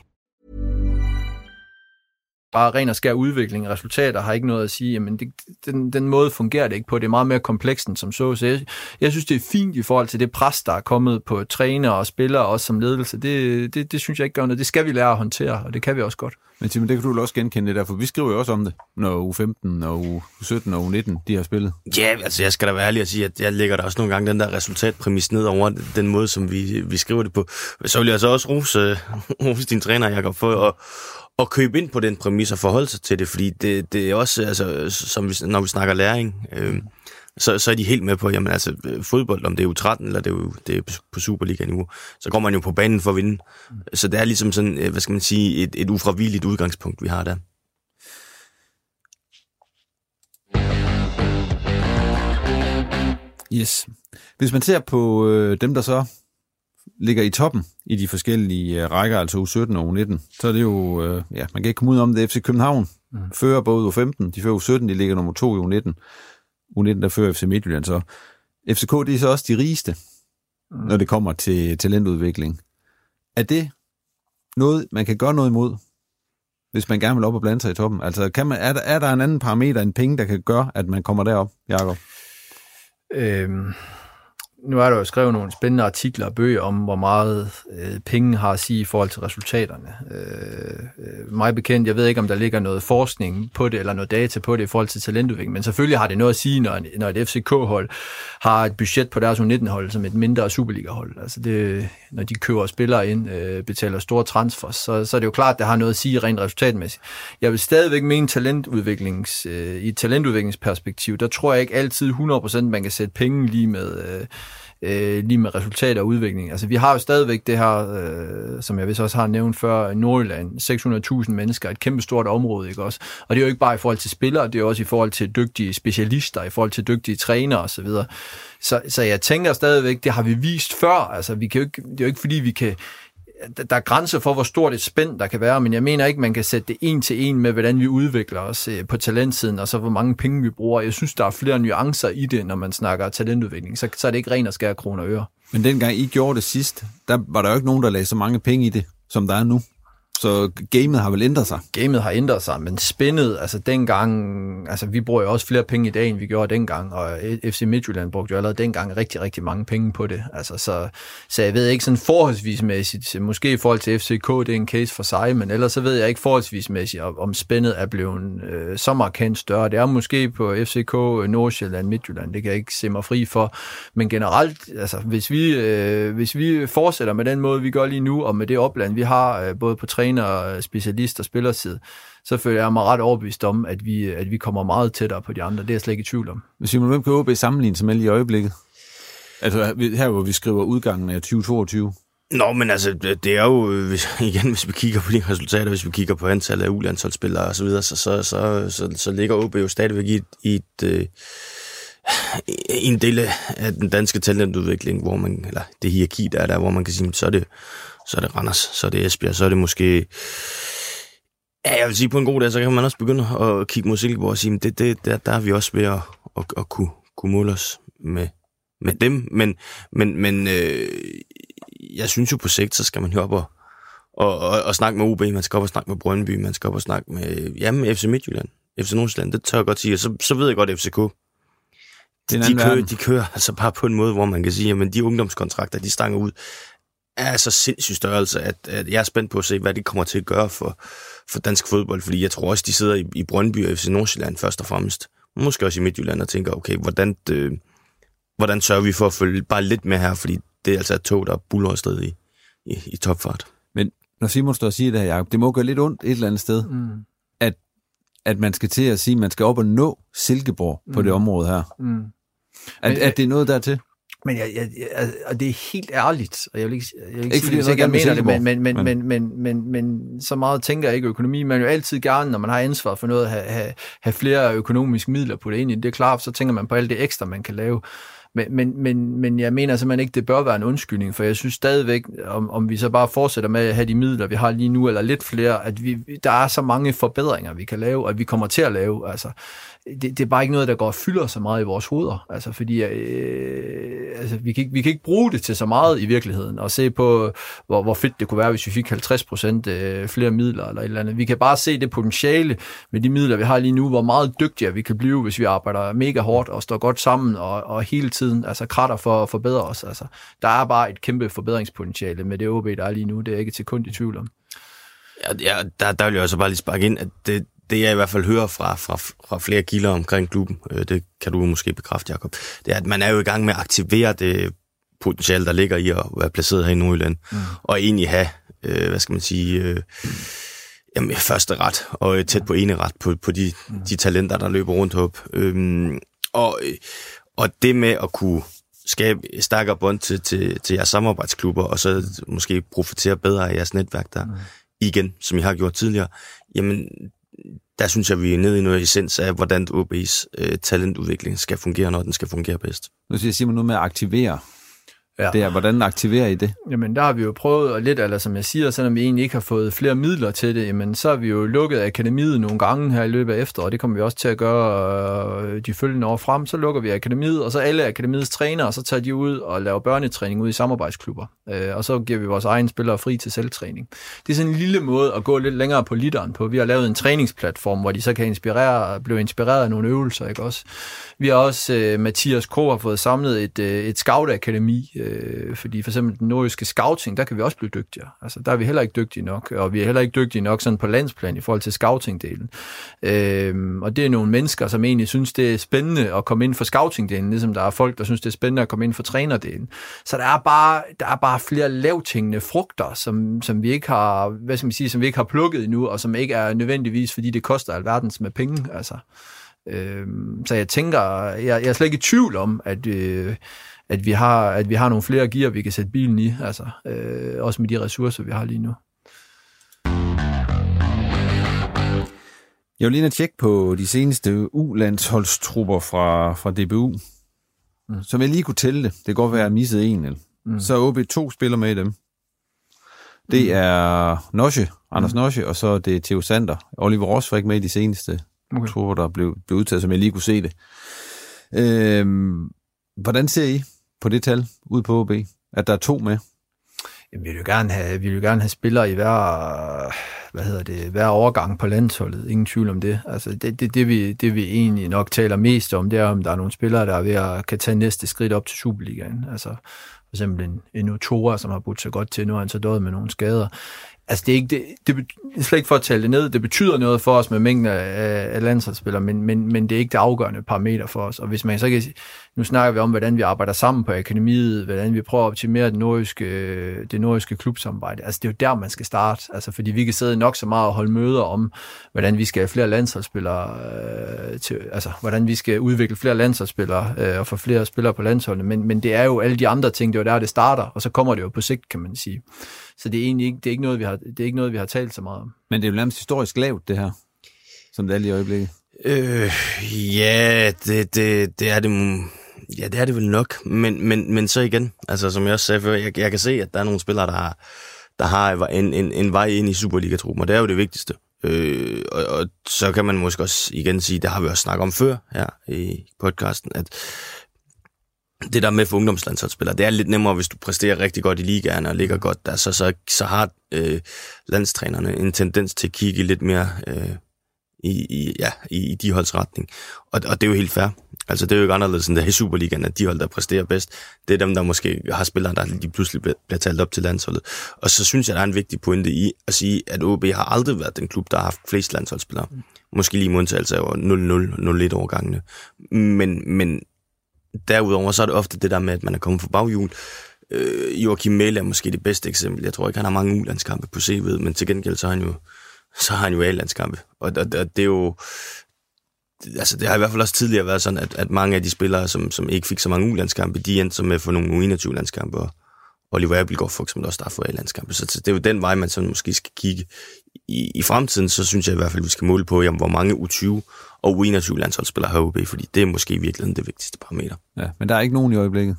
Bare ren og skær udvikling, resultater har ikke noget at sige, men det, den, den måde fungerer det ikke på. Det er meget mere komplekst end som så. Så jeg, jeg synes, det er fint i forhold til det pres, der er kommet på træner og spillere, også som ledelse. Det, det, det synes jeg ikke gør noget. Det skal vi lære at håndtere, og det kan vi også godt. Men Simon, det kan du vel også genkende det der, for vi skriver jo også om det, når U femten og U sytten og U nitten, de har spillet. Ja, altså jeg skal da være ærlig at sige, at jeg lægger der også nogle gange den der resultatpræmis ned over den måde, som vi, vi skriver det på. Så vil jeg så også rose, rose din træner, Jakob, for at og købe ind på den præmis og forholde sig til det, fordi det, det er også, altså, som vi, når vi snakker læring, øh, så, så er de helt med på, jamen altså, fodbold, om det er U tretten eller det er, det er på Superliga-niveau, så går man jo på banen for at vinde. Så det er ligesom sådan, hvad skal man sige, et, et ufravigeligt udgangspunkt, vi har der. Yes. Hvis man ser på øh, dem, der så ligger i toppen i de forskellige øh, rækker, altså U sytten og U nitten, så er det jo, øh, ja, man kan ikke komme ud om det. F C København mm. fører både U femten, de fører U sytten, de ligger nummer to i U nitten. U nitten, der fører F C Midtjylland så. F C K, det er så også de rigeste, mm. når det kommer til talentudvikling. Er det noget, man kan gøre noget imod, hvis man gerne vil op og blande sig i toppen? Altså, kan man, er, der, er der en anden parameter end penge, der kan gøre, at man kommer derop, Jakob? Øhm... Nu er der jo skrevet nogle spændende artikler og bøger om, hvor meget øh, penge har at sige i forhold til resultaterne. Øh, øh, mig bekendt, jeg ved ikke, om der ligger noget forskning på det, eller noget data på det i forhold til talentudvikling, men selvfølgelig har det noget at sige, når, når et F C K-hold har et budget på deres U nitten-hold som et mindre Superliga-hold. Altså det, når de køber spillere ind, øh, betaler store transfers, så, så er det jo klart, at det har noget at sige rent resultatmæssigt. Jeg vil stadigvæk mene talentudviklings, øh, i et talentudviklingsperspektiv, der tror jeg ikke altid hundrede procent, man kan sætte penge lige med... Øh, Øh, lige med resultater og udvikling. Altså, vi har jo stadigvæk det her, øh, som jeg vist også har nævnt før, Nordjylland, seks hundrede tusind mennesker, et kæmpe stort område, ikke også? Og det er jo ikke bare i forhold til spillere, det er også i forhold til dygtige specialister, i forhold til dygtige trænere og så videre. Så, så jeg tænker stadigvæk, det har vi vist før. Altså, vi kan jo ikke, det er jo ikke fordi, vi kan der er grænser for, hvor stort et spænd der kan være, men jeg mener ikke, man kan sætte det en til en med, hvordan vi udvikler os på talentsiden, og så hvor mange penge vi bruger. Jeg synes, der er flere nuancer i det, når man snakker talentudvikling. Så, så er det ikke ren og skære kroner og øre. Men dengang I gjorde det sidst, der var der jo ikke nogen, der lagde så mange penge i det, som der er nu. Så gamet har vel ændret sig? Gamet har ændret sig, men spændet, altså dengang, altså vi bruger jo også flere penge i dag, end vi gjorde dengang, og F C Midtjylland brugte jo allerede dengang rigtig, rigtig mange penge på det. Altså, så, så jeg ved ikke sådan forholdsvismæssigt, måske i forhold til F C K, det er en case for sig, men ellers så ved jeg ikke forholdsvismæssigt, om spændet er blevet øh, så markant større. Det er måske på F C K, Nordsjælland, Midtjylland, det kan jeg ikke se mig fri for, men generelt, altså hvis vi, øh, hvis vi fortsætter med den måde, vi gør lige nu, og med det opland, vi har øh, både på træner, specialist og spillerside, så føler jeg mig ret overbevist om, at vi, at vi kommer meget tættere på de andre. Det er jeg slet ikke i tvivl om. Simon, hvem kan O B sammenligne sig med i øjeblikket? Altså her, hvor vi skriver udgangen af tyve toogtyve. Nå, men altså, det er jo, hvis, igen, hvis vi kigger på de resultater, hvis vi kigger på antallet af U-landsholdsspillere og så videre, så, så, så, så, så ligger O B jo stadigvæk i et, i et øh, i en del af den danske talentudvikling, hvor man, eller det hierarki, der er der, hvor man kan sige, så er det så er det Randers, så er det Esbjerg, så er det måske... Ja, jeg vil sige, på en god dag, så kan man også begynde at kigge mod Silkeborg og sige, det, det, der, der er vi også ved at, at, at kunne, kunne måle os med, med dem. Men, men, men øh, jeg synes jo på sigt, så skal man jo op og, og, og, og snakke med O B, man skal op og snakke med Brøndby, man skal op og snakke med, ja, med F C Midtjylland, F C Nordsjælland, det tør jeg godt sige, og så, så ved jeg godt, at F C K, de, de, kører, de kører altså bare på en måde, hvor man kan sige, at de ungdomskontrakter, de stanger ud. er så sindssyg størrelse, at, at jeg er spændt på at se, hvad det kommer til at gøre for, for dansk fodbold, fordi jeg tror også, de sidder i, i Brøndby og F C Nordsjælland først og fremmest, måske også i Midtjylland, og tænker, okay, hvordan, øh, hvordan sørger vi for at følge bare lidt med her, fordi det er altså et tog, der buller afsted i, i, i topfart. Men når Simon står og siger det her, Jacob, det må gøre lidt ondt et eller andet sted, mm. at, at man skal til at sige, at man skal op og nå Silkeborg på mm. det område her. Mm. At, Men, at det er noget dertil? Men jeg, jeg, jeg, og det er helt ærligt, og jeg vil ikke, jeg vil ikke, ikke sige, fordi det, jeg mener det, men, men, men, men. Men, men, men, men så meget tænker jeg ikke økonomi. Man jo altid gerne, når man har ansvar for noget, have, have, have flere økonomiske midler på det ind i. Det er klart, så tænker man på alt det ekstra, man kan lave. Men, men, men, men jeg mener simpelthen ikke, det bør være en undskyldning, for jeg synes stadigvæk, om, om vi så bare fortsætter med at have de midler, vi har lige nu, eller lidt flere, at vi, der er så mange forbedringer, vi kan lave, og vi kommer til at lave. Altså, det, det er bare ikke noget, der går og fylder så meget i vores hoveder. Altså, fordi øh, altså, vi, kan ikke, vi kan ikke bruge det til så meget i virkeligheden, og se på, hvor, hvor fedt det kunne være, hvis vi fik halvtreds procent flere midler, eller et eller andet. Vi kan bare se det potentiale med de midler, vi har lige nu, hvor meget dygtigere vi kan blive, hvis vi arbejder mega hårdt og står godt sammen, og, og hele tiden altså kratter for at forbedre os. Altså, der er bare et kæmpe forbedringspotentiale med det O B, der er lige nu. Det er jeg ikke et sekund i tvivl om. Ja, ja der, der vil jeg også bare lige sparke ind, at det, det jeg i hvert fald hører fra, fra, fra flere kilder omkring klubben, øh, det kan du måske bekræfte, Jacob, det er, at man er jo i gang med at aktivere det potentiale, der ligger i at være placeret her i Nordjylland, mm. og egentlig have, øh, hvad skal man sige, øh, jamen, første ret, og tæt på ene ret på, på de, mm. de talenter, der løber rundt op. Øhm, og, og det med at kunne skabe stærkere bånd til, til, til jeres samarbejdsklubber, og så måske profitere bedre af jeres netværk der, mm. igen, som I har gjort tidligere, jamen, der synes jeg, vi er nede i noget essens af, hvordan O B's øh, talentudvikling skal fungere, når den skal fungere bedst. Nu siger Simon noget med at aktivere. Ja. Det er, hvordan aktiverer I det? Jamen, der har vi jo prøvet, og lidt, eller som jeg siger, selvom vi egentlig ikke har fået flere midler til det, jamen, så har vi jo lukket akademiet nogle gange her i løbet af efteråret, og det kommer vi også til at gøre de følgende år frem. Så lukker vi akademiet, og så alle akademiets trænere, og så tager de ud og laver børnetræning ud i samarbejdsklubber. Og så giver vi vores egne spillere fri til selvtræning. Det er sådan en lille måde at gå lidt længere på literen på. Vi har lavet en træningsplatform, hvor de så kan inspirere, blive inspireret af nogle øvelser, ikke også? Vi har også, uh, Mathias K. har fået samlet et, uh, et scout-akademi, uh, fordi for eksempel den nordjyske scouting, der kan vi også blive dygtigere. Altså, der er vi heller ikke dygtige nok, og vi er heller ikke dygtige nok sådan på landsplan i forhold til scouting-delen. Uh, og det er nogle mennesker, som egentlig synes, det er spændende at komme ind for scouting-delen, ligesom der er folk, der synes, det er spændende at komme ind for trænerdelen. Så der er bare, der er bare flere lavthængende frugter, som, som vi ikke har, hvad skal man sige, som vi ikke har plukket endnu, og som ikke er nødvendigvis, fordi det koster alverdens med penge, altså. Så jeg tænker, jeg, jeg er slet ikke i tvivl om, at, øh, at, vi har, at vi har nogle flere gear, vi kan sætte bilen i, altså, øh, også med de ressourcer, vi har lige nu. Jeg vil lige tjekke på de seneste U-landsholdstrupper fra, fra D B U, mm. som jeg lige kunne tælle det. Det kan godt være, at jeg missede en. Eller. Mm. Så er O B to spiller med i dem. Det mm. er Nosche, Anders mm. Nosche, og så er det Theo Sander. Oliver Ross var ikke med i de seneste okay. trupper, der blev, blev udtaget, som jeg lige kunne se det. Øhm, hvordan ser I på det tal ude på O B, at der er to med? Jamen, vi vil jo gerne have, vi vil jo gerne have spillere i hver, hvad hedder det, hver overgang på landsholdet. Ingen tvivl om det. Altså, det, det, det, vi, det vi egentlig nok taler mest om, det er, om der er nogle spillere, der er ved at kan tage næste skridt op til Superligaen. Altså, for eksempel en, en Otora, som har budt sig godt til, nu er han så død med nogle skader. Altså, det er, ikke, det, det er slet ikke for at tale det ned. Det betyder noget for os med mængden af, af landsholdsspillere, men, men, men det er ikke det afgørende parameter for os. Og hvis man så kan, nu snakker vi om, hvordan vi arbejder sammen på akademiet, hvordan vi prøver at optimere det nordiske, det nordiske klubsamarbejde. Altså, det er jo der, man skal starte. Altså, fordi vi kan sidde nok så meget og holde møder om, hvordan vi skal have flere landsholdsspillere, øh, til, altså, hvordan vi skal udvikle flere landsholdsspillere øh, og få flere spillere på landsholdene. Men, men det er jo alle de andre ting, det er jo der, det starter, og så kommer det jo på sigt, kan man sige. Så det er egentlig ikke, det er ikke noget, vi har, det er ikke noget, vi har talt så meget om. Men det er jo nærmest historisk lavt, det her, som det er lige i øjeblikket. Øh, ja, det, det, det er det, ja, det er det vel nok. Men, men, men så igen, altså som jeg også sagde før, jeg, jeg kan se, at der er nogle spillere, der har, der har en, en, en vej ind i Superliga-truppen, og det er jo det vigtigste. Øh, og, og så kan man måske også igen sige, det har vi også snakket om før her i podcasten, at det der med for ungdomslandsholdsspillere, det er lidt nemmere, hvis du præsterer rigtig godt i ligaen og ligger godt der, så, så, så har øh, landstrænerne en tendens til at kigge lidt mere øh, i, i, ja, i, i de holds retning. Og, og det er jo helt fair. Altså, det er jo ikke anderledes end det i Superligaen, at de hold, der præsterer bedst, det er dem, der måske har spillere, der lige pludselig bliver talt op til landsholdet. Og så synes jeg, der er en vigtig pointe i at sige, at O B har aldrig været den klub, der har haft flest landsholdsspillere. Måske lige modtagelse af nul nul nul et årgangene. Men, men derudover, så er det ofte det der med, at man er kommet for baghjul. Øh, Joachim Mæhle er måske det bedste eksempel. Jeg tror ikke, han har mange U-landskampe på C V'et, men til gengæld, så har han jo, så har han jo A-landskampe. Og, og, og det er jo... Altså, det har i hvert fald også tidligere været sådan, at, at mange af de spillere, som, som ikke fik så mange U-landskampe, de endte med at få nogle U enogtyve-landskampe, og Oliver Abelgaard for eksempel også, der har fået A-landskampe. Så det er jo den vej, man sådan måske skal kigge. I, i fremtiden, så synes jeg i hvert fald, at vi skal måle på, jamen, hvor mange U tyve og U enogtyve-landsholdsspillere har O B, fordi det er måske i virkeligheden det vigtigste parameter. Ja, men der er ikke nogen i øjeblikket.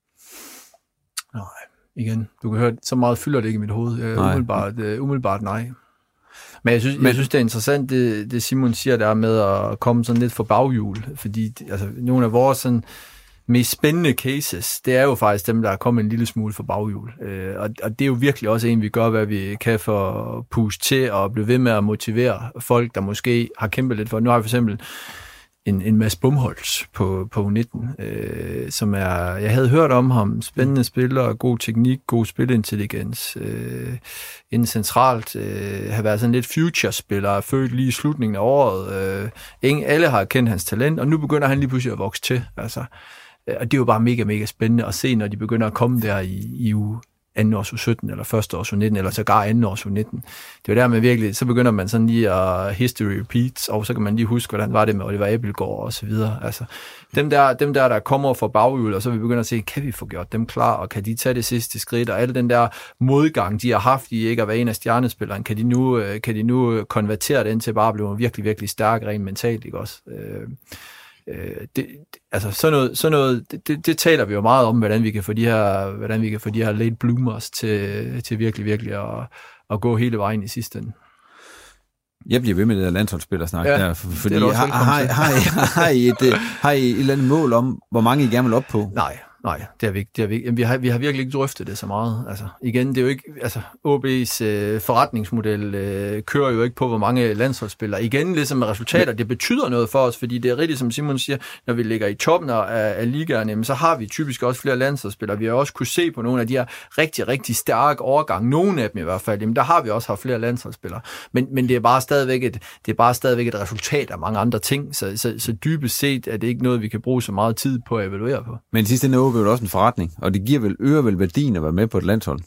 Nej, igen, du kan høre, så meget fylder det ikke i mit hoved. Uh, umiddelbart, uh, umiddelbart nej. Men jeg synes, Men, jeg synes det er interessant, det, det Simon siger der med at komme sådan lidt for baghjul, fordi altså, nogle af vores sådan, mest spændende cases, det er jo faktisk dem, der er kommet en lille smule for baghjul. Øh, og, og det er jo virkelig også en, vi gør, hvad vi kan for at puste til og blive ved med at motivere folk, der måske har kæmpet lidt for. Nu har jeg for eksempel en, en Mads Bumholtz på, på U nitten, øh, som er, jeg havde hørt om ham, spændende spiller, god teknik, god spilintelligens, øh, inden centralt, øh, har været sådan lidt future-spiller, født lige i slutningen af året. Øh, ingen, alle har kendt hans talent, og nu begynder han lige pludselig at vokse til. Altså, og det er jo bare mega, mega spændende at se, når de begynder at komme der i, i uge anden års U sytten, eller første års U nitten, eller sågar anden års U nitten. Det er jo der, man virkelig, så begynder man sådan lige at history repeats, og så kan man lige huske, hvordan var det med Oliver Abelgaard og så videre. Altså, dem der, dem der, der kommer fra baghjul, og så vi begynder at se, kan vi få gjort dem klar, og kan de tage det sidste skridt, og al den der modgang, de har haft i ikke at være en af stjernespillerne, kan de nu, kan de nu konvertere det ind til bare at blive virkelig, virkelig stærk, rent mentalt, ikke også? Øh, Det, det, altså sådan noget, sådan noget det, det, det taler vi jo meget om, hvordan vi kan få de her, hvordan vi kan få de her late bloomers til, til virkelig, virkelig at, at gå hele vejen i sidste ende. Jeg bliver ved med det der landsholdsspillersnak ja, der, fordi har, har, har, har, har, I et, har I et eller andet mål om, hvor mange I gerne vil op på? Nej, nej, det har vi ikke. Det har vi, ikke. Vi, har, vi har virkelig ikke drøftet det så meget. Altså, igen, det er jo ikke, altså, O B's øh, forretningsmodel øh, kører jo ikke på, hvor mange landsholdsspillere. Igen, ligesom med resultater, det betyder noget for os, fordi det er rigtigt, som Simon siger, når vi ligger i toppen af, af ligaerne, så har vi typisk også flere landsholdsspillere. Vi har også kunne se på nogle af de her rigtig, rigtig stærke overgange, nogle af dem i hvert fald, jamen, der har vi også haft flere landsholdsspillere. Men, men det er bare stadigvæk et, det er bare stadigvæk et resultat af mange andre ting, så, så, så dybest set er det ikke noget, vi kan bruge så meget tid på at evaluere på. Men sidste ende er vel også en forretning, og det giver vel, øger vel værdien at være med på et landshold?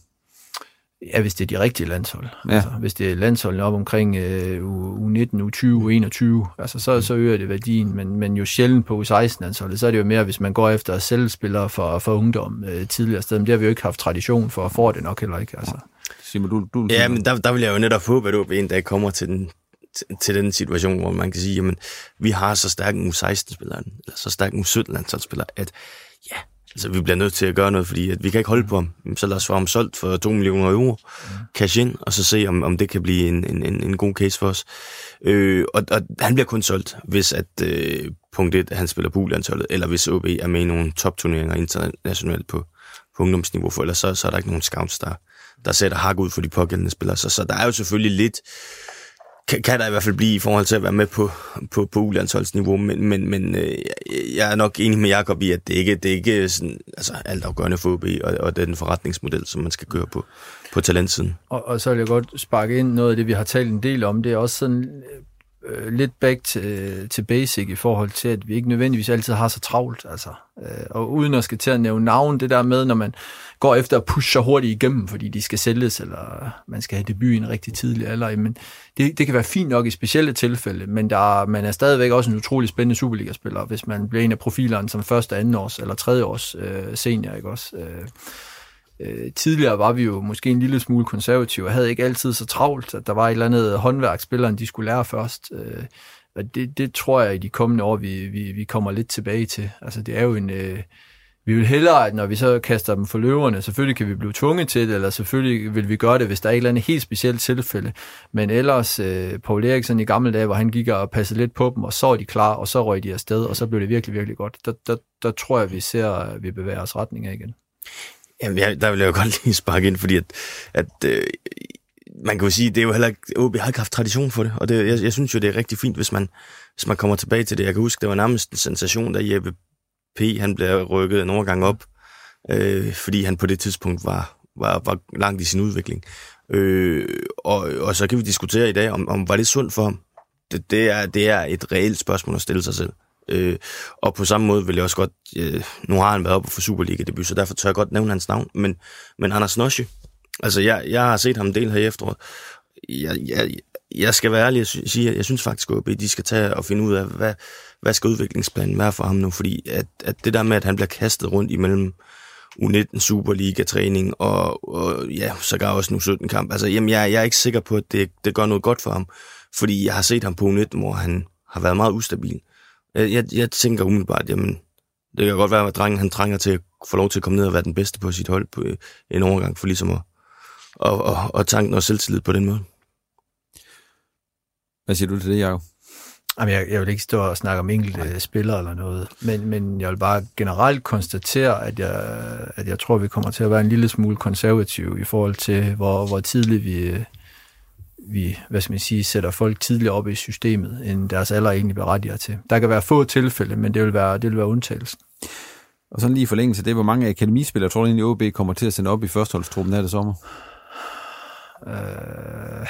Ja, hvis det er de rigtige landshold. Ja. Altså, hvis det er landsholdene op omkring øh, U nitten, U tyve, U enogtyve, altså, så, så øger det værdien, men, men jo sjældent på U seksten-landsholdet, så er det jo mere, hvis man går efter at sælge spillere for, for ungdom øh, tidligere sted, men det har vi jo ikke haft tradition for, at få det nok heller ikke. Altså. Simon, du, du, ja, men der, der vil jeg jo netop håbe, at O B en dag kommer til den til den situation, hvor man kan sige, jamen, vi har så stærk en U seksten-spiller, eller så stærk en U sytten-landsholdsspiller, at ja, altså, vi bliver nødt til at gøre noget, fordi at vi kan ikke holde på ham. Så lad os få ham solgt for to millioner euro, mm. cash ind, og så se, om, om det kan blive en, en, en god case for os. Øh, og, og han bliver kun solgt, hvis at øh, punkt et, han spiller på U-landsholdet, eller hvis O B er med i nogle topturneringer internationalt på, på ungdomsniveau, for ellers så, så er der ikke nogen scouts, der, der sætter hak ud for de pågældende spillere. Så, så der er jo selvfølgelig lidt, kan, kan der i hvert fald blive i forhold til at være med på, på, på U-landsholdsniveau, men, men, men øh, jeg er nok enig med Jakob i, at det ikke, det er ikke sådan, altså, alt afgørende for O B, og, og det er den forretningsmodel, som man skal køre på, på talentsiden. Og, og så vil jeg godt sparke ind noget af det, vi har talt en del om, det er også sådan øh, lidt back til, til basic i forhold til, at vi ikke nødvendigvis altid har så travlt, altså. Øh, og uden at skal til at nævne navn, det der med, når man går efter at pushe så hurtigt igennem, fordi de skal sælges, eller man skal have debut i en rigtig tidlig alder. Men det, det kan være fint nok i specielle tilfælde, men der, man er stadigvæk også en utrolig spændende Superliga-spiller, hvis man bliver en af profilerne som første, anden års eller tredje års øh, senior, ikke også? Øh, øh, tidligere var vi jo måske en lille smule konservative, og havde ikke altid så travlt, at der var et eller andet håndværk, spilleren de skulle lære først. Øh, og det, det tror jeg i de kommende år, vi, vi, vi kommer lidt tilbage til. Altså det er jo en... Øh, Vi vil hellere, at når vi så kaster dem for løverne, selvfølgelig kan vi blive tvunget til det, eller selvfølgelig vil vi gøre det, hvis der er et eller andet helt specielt tilfælde. Men ellers, øh, Paul Eriksen i gamle dage, hvor han gik og passede lidt på dem, og så er de klar, og så røg de afsted, og så blev det virkelig, virkelig godt. Der, der, der tror jeg, vi ser, at vi bevæger os retning af igen. Jamen, jeg, der vil jeg jo godt lige sparke ind, fordi at, at øh, man kan jo sige, det er jo heller ikke, O B har ikke haft tradition for det, og det, jeg, jeg synes jo, det er rigtig fint, hvis man, hvis man kommer tilbage til det. Jeg kan huske, det var nærmest en sensation, da Jeppe P. han blev rykket en overgang op, øh, fordi han på det tidspunkt var, var, var langt i sin udvikling. Øh, og, og så kan vi diskutere i dag, om, om var det sundt for ham. Det, det, er, det er et reelt spørgsmål at stille sig selv. Øh, og på samme måde vil jeg også godt, øh, nu har han været oppe for Superliga-debut, så derfor tør jeg godt nævne hans navn, men, men Anders Nosje, altså jeg, jeg har set ham en del her i efteråret. Jeg, jeg, jeg skal være ærlig og sige, at jeg synes faktisk, at O B de skal tage og finde ud af, hvad, hvad skal udviklingsplanen være for ham nu, fordi at, at det der med, at han bliver kastet rundt imellem U nitten Superliga-træning og, og ja, sågar også nu sytten kamp, altså jamen, jeg, jeg er ikke sikker på, at det, det gør noget godt for ham, fordi jeg har set ham på U nitten, hvor han har været meget ustabil. Jeg, jeg, jeg tænker umiddelbart, jamen, det kan godt være, at drengen han trænger til at få lov til at komme ned og være den bedste på sit hold på en overgang, for ligesom at og, og, og tanke noget selvtillid på den måde. Hvad siger du til det, Jacob? Jamen, jeg, jeg vil ikke stå og snakke om enkelte spillere eller noget, men, men jeg vil bare generelt konstatere, at jeg, at jeg tror, vi kommer til at være en lille smule konservative i forhold til, hvor, hvor tidligt vi, vi hvad skal man sige, sætter folk tidligere op i systemet, end deres alder egentlig berettiger til. Der kan være få tilfælde, men det vil være, det vil være undtagelsen. Og sådan lige i forlængelse af det, hvor mange akademispillere tror du egentlig, O B kommer til at sende op i førsteholdstruppen her det sommer? Øh...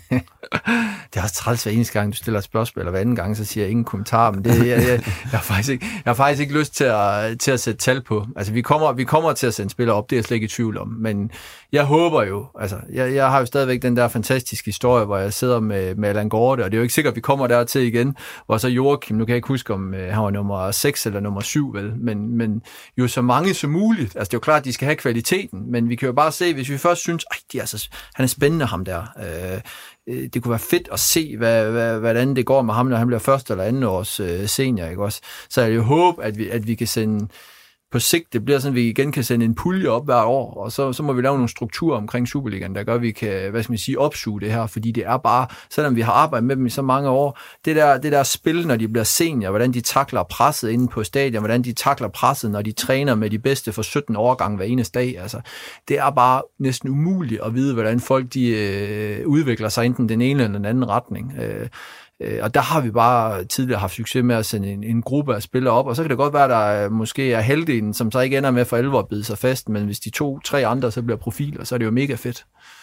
det er også træls hver eneste gang, du stiller et spørgsmål, eller hver anden gang, så siger jeg ingen kommentar, men det, jeg, jeg, jeg, har faktisk ikke, jeg har faktisk ikke lyst til at, til at sætte tal på. Altså, vi kommer, vi kommer til at sende spillere op, det er jeg slet ikke i tvivl om, men jeg håber jo, altså, jeg, jeg har jo stadigvæk den der fantastiske historie, hvor jeg sidder med, med Allan Gorte, og det er jo ikke sikkert, at vi kommer dertil igen, hvor så Joachim, nu kan jeg ikke huske, om uh, han var nummer seks eller nummer syv, vel, men, men jo så mange som muligt. Altså, det er jo klart, at de skal have kvaliteten, men vi kan jo bare se, hvis vi først synes, ej, de er så, han er spændende, ham der. Øh, det kunne være fedt at se, hvad, hvad, hvordan det går med ham, når han bliver første eller anden års øh, senior, ikke også? Så jeg jo håber, at vi, at vi kan sende, på sigt, det bliver sådan, at vi igen kan sende en pulje op hvert år, og så, så må vi lave nogle strukturer omkring Superligaen, der gør, at vi kan, hvad skal man sige, opsuge det her, fordi det er bare, selvom vi har arbejdet med dem i så mange år, det der, det der spil, når de bliver senior, hvordan de takler presset inde på stadion, hvordan de takler presset, når de træner med de bedste for sytten årgange hver eneste dag, altså, det er bare næsten umuligt at vide, hvordan folk de øh, udvikler sig enten den ene eller den anden retning. Øh, Og der har vi bare tidligere haft succes med at sende en, en gruppe af spillere op, og så kan det godt være, at der måske er halvdelen, som så ikke ender med for alvor at bide sig fast, men hvis de to, tre andre så bliver profiler, så er det jo mega fedt.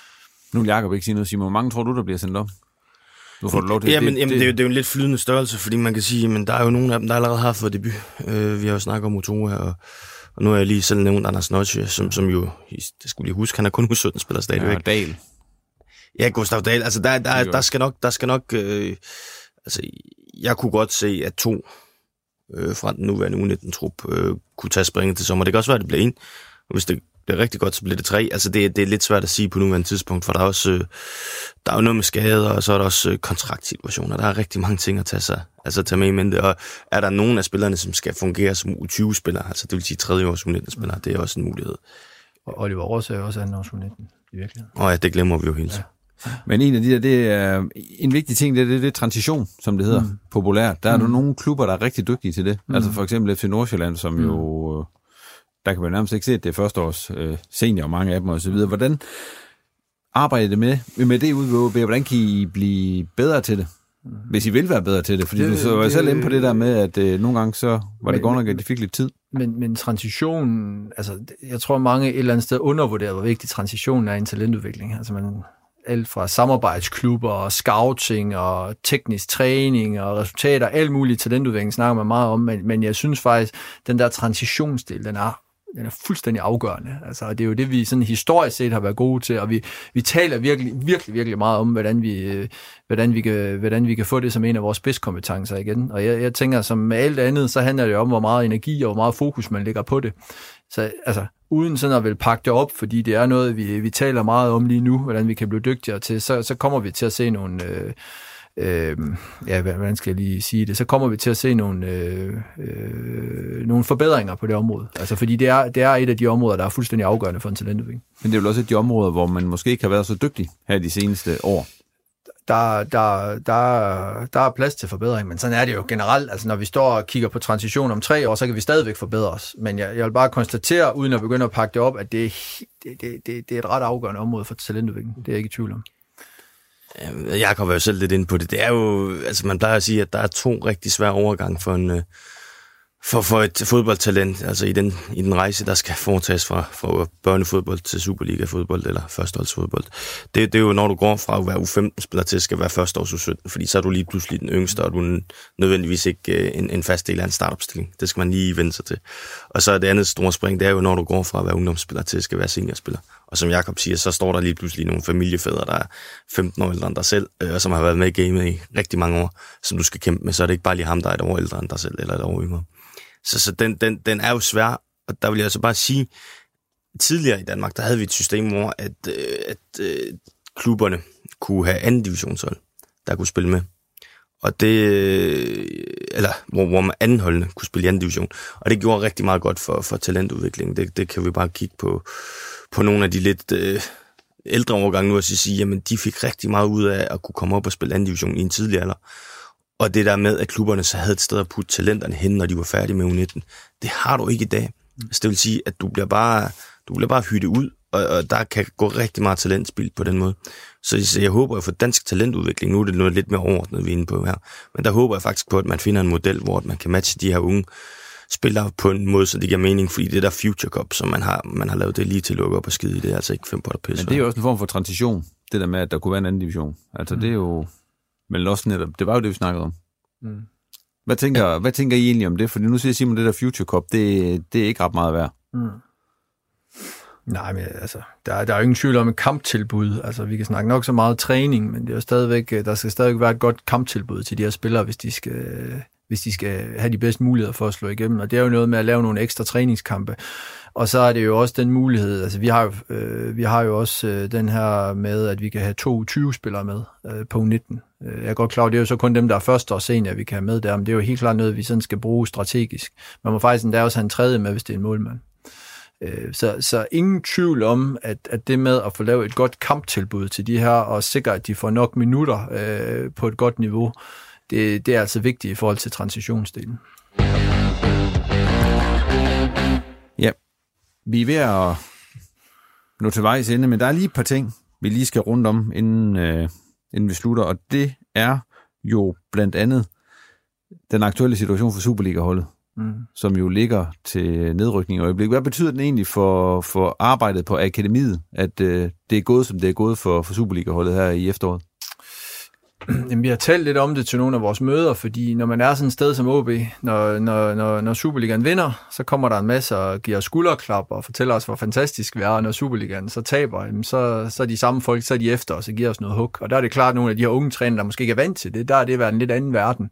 Nu vil Jacob ikke sige noget, Simon. Hvor mange tror du, der bliver sendt op? Du får lov til jamen, det, jamen, det, det, er jo, det er jo en lidt flydende størrelse, fordi man kan sige, men der er jo nogle af dem, der allerede har fået debut. Uh, vi har jo snakket om Otoa, og, og nu har jeg lige selv nævnt Anders Nosje, som, som jo, det skulle lige huske, han er kun sytten spiller stadigvæk. Ja, Dahl. Ja, Gustav Dahl. Altså, der, der, der, der skal nok... Der skal nok øh, altså, jeg kunne godt se, at to øh, fra den nuværende U nitten-trup øh, kunne tage springet til sommer. Det kan også være, at det bliver en. Hvis det bliver rigtig godt, så bliver det tre. Altså, det, det er lidt svært at sige på nuværende tidspunkt, for der er også øh, der er jo noget med skader, og så er der også øh, kontraktsituationer. Der er rigtig mange ting at tage, sig, altså, tage med i mente. Og er der nogen af spillerne, som skal fungere som U tyve-spillere, altså det vil sige tredje års U nitten-spillere, det er også en mulighed. Og Oliver Aarhus er også anden års U nitten, i virkeligheden. Og ja, det glemmer vi jo helt. Ja. Men en af de der, det er en vigtig ting, det er det, det er transition, som det hedder mm. populært. Der er mm. der nogle klubber, der er rigtig dygtige til det. Mm. Altså for eksempel F C Nordsjælland, som mm. jo, der kan man nærmest ikke se, at det er første års øh, senior, mange af dem og så videre. Hvordan arbejder det med, med det ude ved O B? Hvordan kan I blive bedre til det? Hvis I vil være bedre til det, fordi det, du så var selv inde på det der med, at øh, nogle gange så var men, det godt nok, at de fik lidt tid. Men, men transitionen, altså jeg tror mange et eller andet sted undervurderer, hvor vigtig transitionen er i en talentudvikling. Altså man alt fra samarbejdsklubber og scouting og teknisk træning og resultater, alt muligt talentudvikling snakker man meget om, men, men jeg synes faktisk, den der transitionsdel, den er, den er fuldstændig afgørende. Altså, det er jo det, vi sådan historisk set har været gode til, og vi, vi taler virkelig, virkelig, virkelig meget om, hvordan vi, hvordan, vi kan, hvordan vi kan få det som en af vores spidskompetencer igen. Og jeg, jeg tænker, som med alt andet, så handler det om, hvor meget energi og hvor meget fokus man lægger på det. Så altså, uden sådan at vil pakke det op, fordi det er noget, vi, vi taler meget om lige nu, hvordan vi kan blive dygtigere til, så, så kommer vi til at se nogle, øh, øh, ja, hvordan skal jeg lige sige det, så kommer vi til at se nogle, øh, øh, nogle forbedringer på det område. Altså, fordi det er, det er et af de områder, der er fuldstændig afgørende for en talentudvikling. Men det er vel også et af de områder, hvor man måske ikke har været så dygtig her de seneste år. Der, der, der, der er plads til forbedring, men sådan er det jo generelt. Altså, når vi står og kigger på transition om tre år, så kan vi stadigvæk forbedre os. Men jeg, jeg vil bare konstatere, uden at begynde at pakke det op, at det, det, det, det, det er et ret afgørende område for talentudvikling. Det er jeg ikke i tvivl om. Jakob var jo selv lidt inde på det. Det er jo, altså man plejer at sige, at der er to rigtig svære overgange for en for, for et fodboldtalent, altså i den, i den rejse, der skal foretages fra, fra børnefodbold til Superliga-fodbold eller førsteholdsfodbold. Det, det er jo, når du går fra at være U femten-spiller til at skal være førsteårs U sytten, fordi så er du lige pludselig den yngste, og du er nødvendigvis ikke en, en fast del af en startopstilling. Det skal man lige vende sig til. Og så er det andet store spring, det er jo, når du går fra at være ungdomsspiller til at skal være seniorspiller. Og som Jakob siger, så står der lige pludselig nogle familiefædre, der er femten år ældre end dig selv, og som har været med i gamet i rigtig mange år, som du skal kæmpe med. Så er det ikke bare lige ham, der er et år ældre end dig selv, eller et år yngre. Så, så den, den, den er jo svær, og der vil jeg altså bare sige, tidligere i Danmark, der havde vi et system, hvor at, øh, at øh, klubberne kunne have anden divisionshold, der kunne spille med. Og det, eller hvor, hvor man andenholdene kunne spille i anden division. Og det gjorde rigtig meget godt for, for talentudviklingen. Det, det kan vi bare kigge på, på nogle af de lidt øh, ældre overgange nu, og sige, jamen de fik rigtig meget ud af at kunne komme op og spille anden division i en tidlig alder. Og det der med, at klubberne så havde et sted at putte talenterne hen, når de var færdige med U nitten, det har du ikke i dag. Så det vil sige, at du bliver bare, du bliver bare hyttet ud, og, og der kan gå rigtig meget talentspil på den måde. Så, så jeg håber, at for dansk talentudvikling, nu er det noget lidt mere overordnet, vi er inde på her, men der håber jeg faktisk på, at man finder en model, hvor man kan matche de her unge spillere på en måde, så det giver mening, fordi det der Future Cup, som man har, man har lavet det lige til at lukke op og skide i, det er altså ikke fem på der pisse. Men det er jo også en form for transition, det der med, at der kunne være en anden division. Altså mm. det er jo, men også netop, det var jo det, vi snakkede om. Mm. Hvad tænker, ja. hvad tænker I egentlig om det? Fordi nu siger Simon, det der Future Cup, det, det er ikke ret meget værd. Mm. Nej, men altså, der, der er jo ingen tvivl om et kamptilbud. Altså, vi kan snakke nok så meget træning, men det er jo stadigvæk, der skal stadigvæk være et godt kamptilbud til de her spillere, hvis de skal, hvis de skal have de bedste muligheder for at slå igennem. Og det er jo noget med at lave nogle ekstra træningskampe. Og så er det jo også den mulighed, altså vi har jo, øh, vi har jo også øh, den her med, at vi kan have to tyve-spillere med øh, på U nitten. Jeg er godt klar, det er jo så kun dem, der er første og senior, vi kan have med der, men det er jo helt klart noget, vi sådan skal bruge strategisk. Man må faktisk endda også have en tredje med, hvis det er en målmand. Øh, så, så ingen tvivl om, at, at det med at få lavet et godt kamptilbud til de her, og sikre, at de får nok minutter øh, på et godt niveau, det, det er altså vigtigt i forhold til transitionsdelen. Ja. Vi er ved at nå til vejs ende, men der er lige et par ting, vi lige skal rundt om, inden, øh, inden vi slutter, og det er jo blandt andet den aktuelle situation for Superliga-holdet, mm. som jo ligger til nedrykning i øjeblikket. Hvad betyder den egentlig for, for arbejdet på akademiet, at øh, det er gået, som det er gået for, for Superliga-holdet her i efteråret? Jamen, vi har talt lidt om det til nogle af vores møder, fordi når man er sådan et sted som O B, når, når, når, når Superligaen vinder, så kommer der en masse og giver skulderklap og fortæller os, hvor fantastisk vi er, og når Superligaen så taber, jamen, så, så er de samme folk, så er de efter os og giver os noget hug. Og der er det klart, at nogle af de her unge trænere, der måske ikke er vant til det, der er det været en lidt anden verden.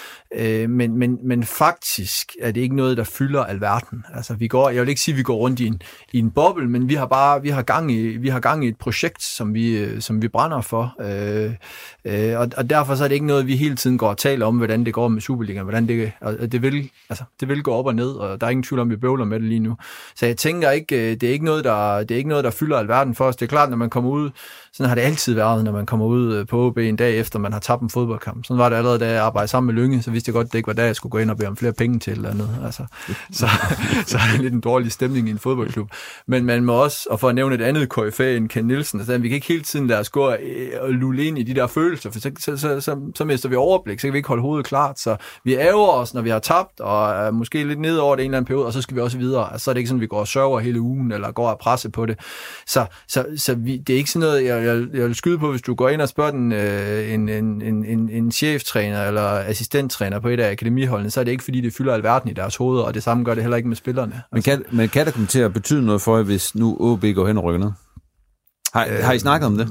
Men, men, men faktisk er det ikke noget, der fylder alverden. Altså, vi går, jeg vil ikke sige, at vi går rundt i en, i en boble, men vi har bare vi har gang i, vi har gang i et projekt, som vi, som vi brænder for. Øh, øh, og, og derfor så er det ikke noget, vi hele tiden går og taler om, hvordan det går med Superligaen, hvordan det, og det, vil, altså, det vil gå op og ned, og der er ingen tvivl om, vi bøvler med det lige nu. Så jeg tænker ikke, det er ikke noget, der, det er ikke noget, der fylder alverden for os. Det er klart, når man kommer ud, sådan har det altid været, når man kommer ud på O B en dag efter, man har tabt en fodboldkamp. Sådan var det allerede, da jeg arbejdede sammen med Lynge, så vidste jeg godt, det ikke var der, jeg skulle gå ind og bede om flere penge til eller andet. Altså, så, så er det lidt en dårlig stemning i en fodboldklub. Men man må også, og for at nævne et andet K F A end Ken Nielsen, altså, vi kan ikke hele tiden lade os gå og lulle ind i de der følelser, for så, så, så, så, så mister vi overblik, så kan vi ikke holde hovedet klart. Så vi ærger os, når vi har tabt, og er måske lidt ned over det en eller anden periode, og så skal vi også videre. Altså, så er det ikke sådan, at vi går og sørger hele ugen, eller går og presser på det. Så, så, så vi, det er ikke sådan noget, jeg, jeg, jeg vil skyde på, hvis du går ind og spørger den, øh, en, en, en, en, en cheftræner eller assistenttræner på et af akademiholdene, så er det ikke, fordi det fylder alverden i deres hoveder, og det samme gør det heller ikke med spillerne. Men kan, men kan det komme til at betyde noget for jer, hvis nu O B går hen og rykker ned? Har, øh, har I snakket om det?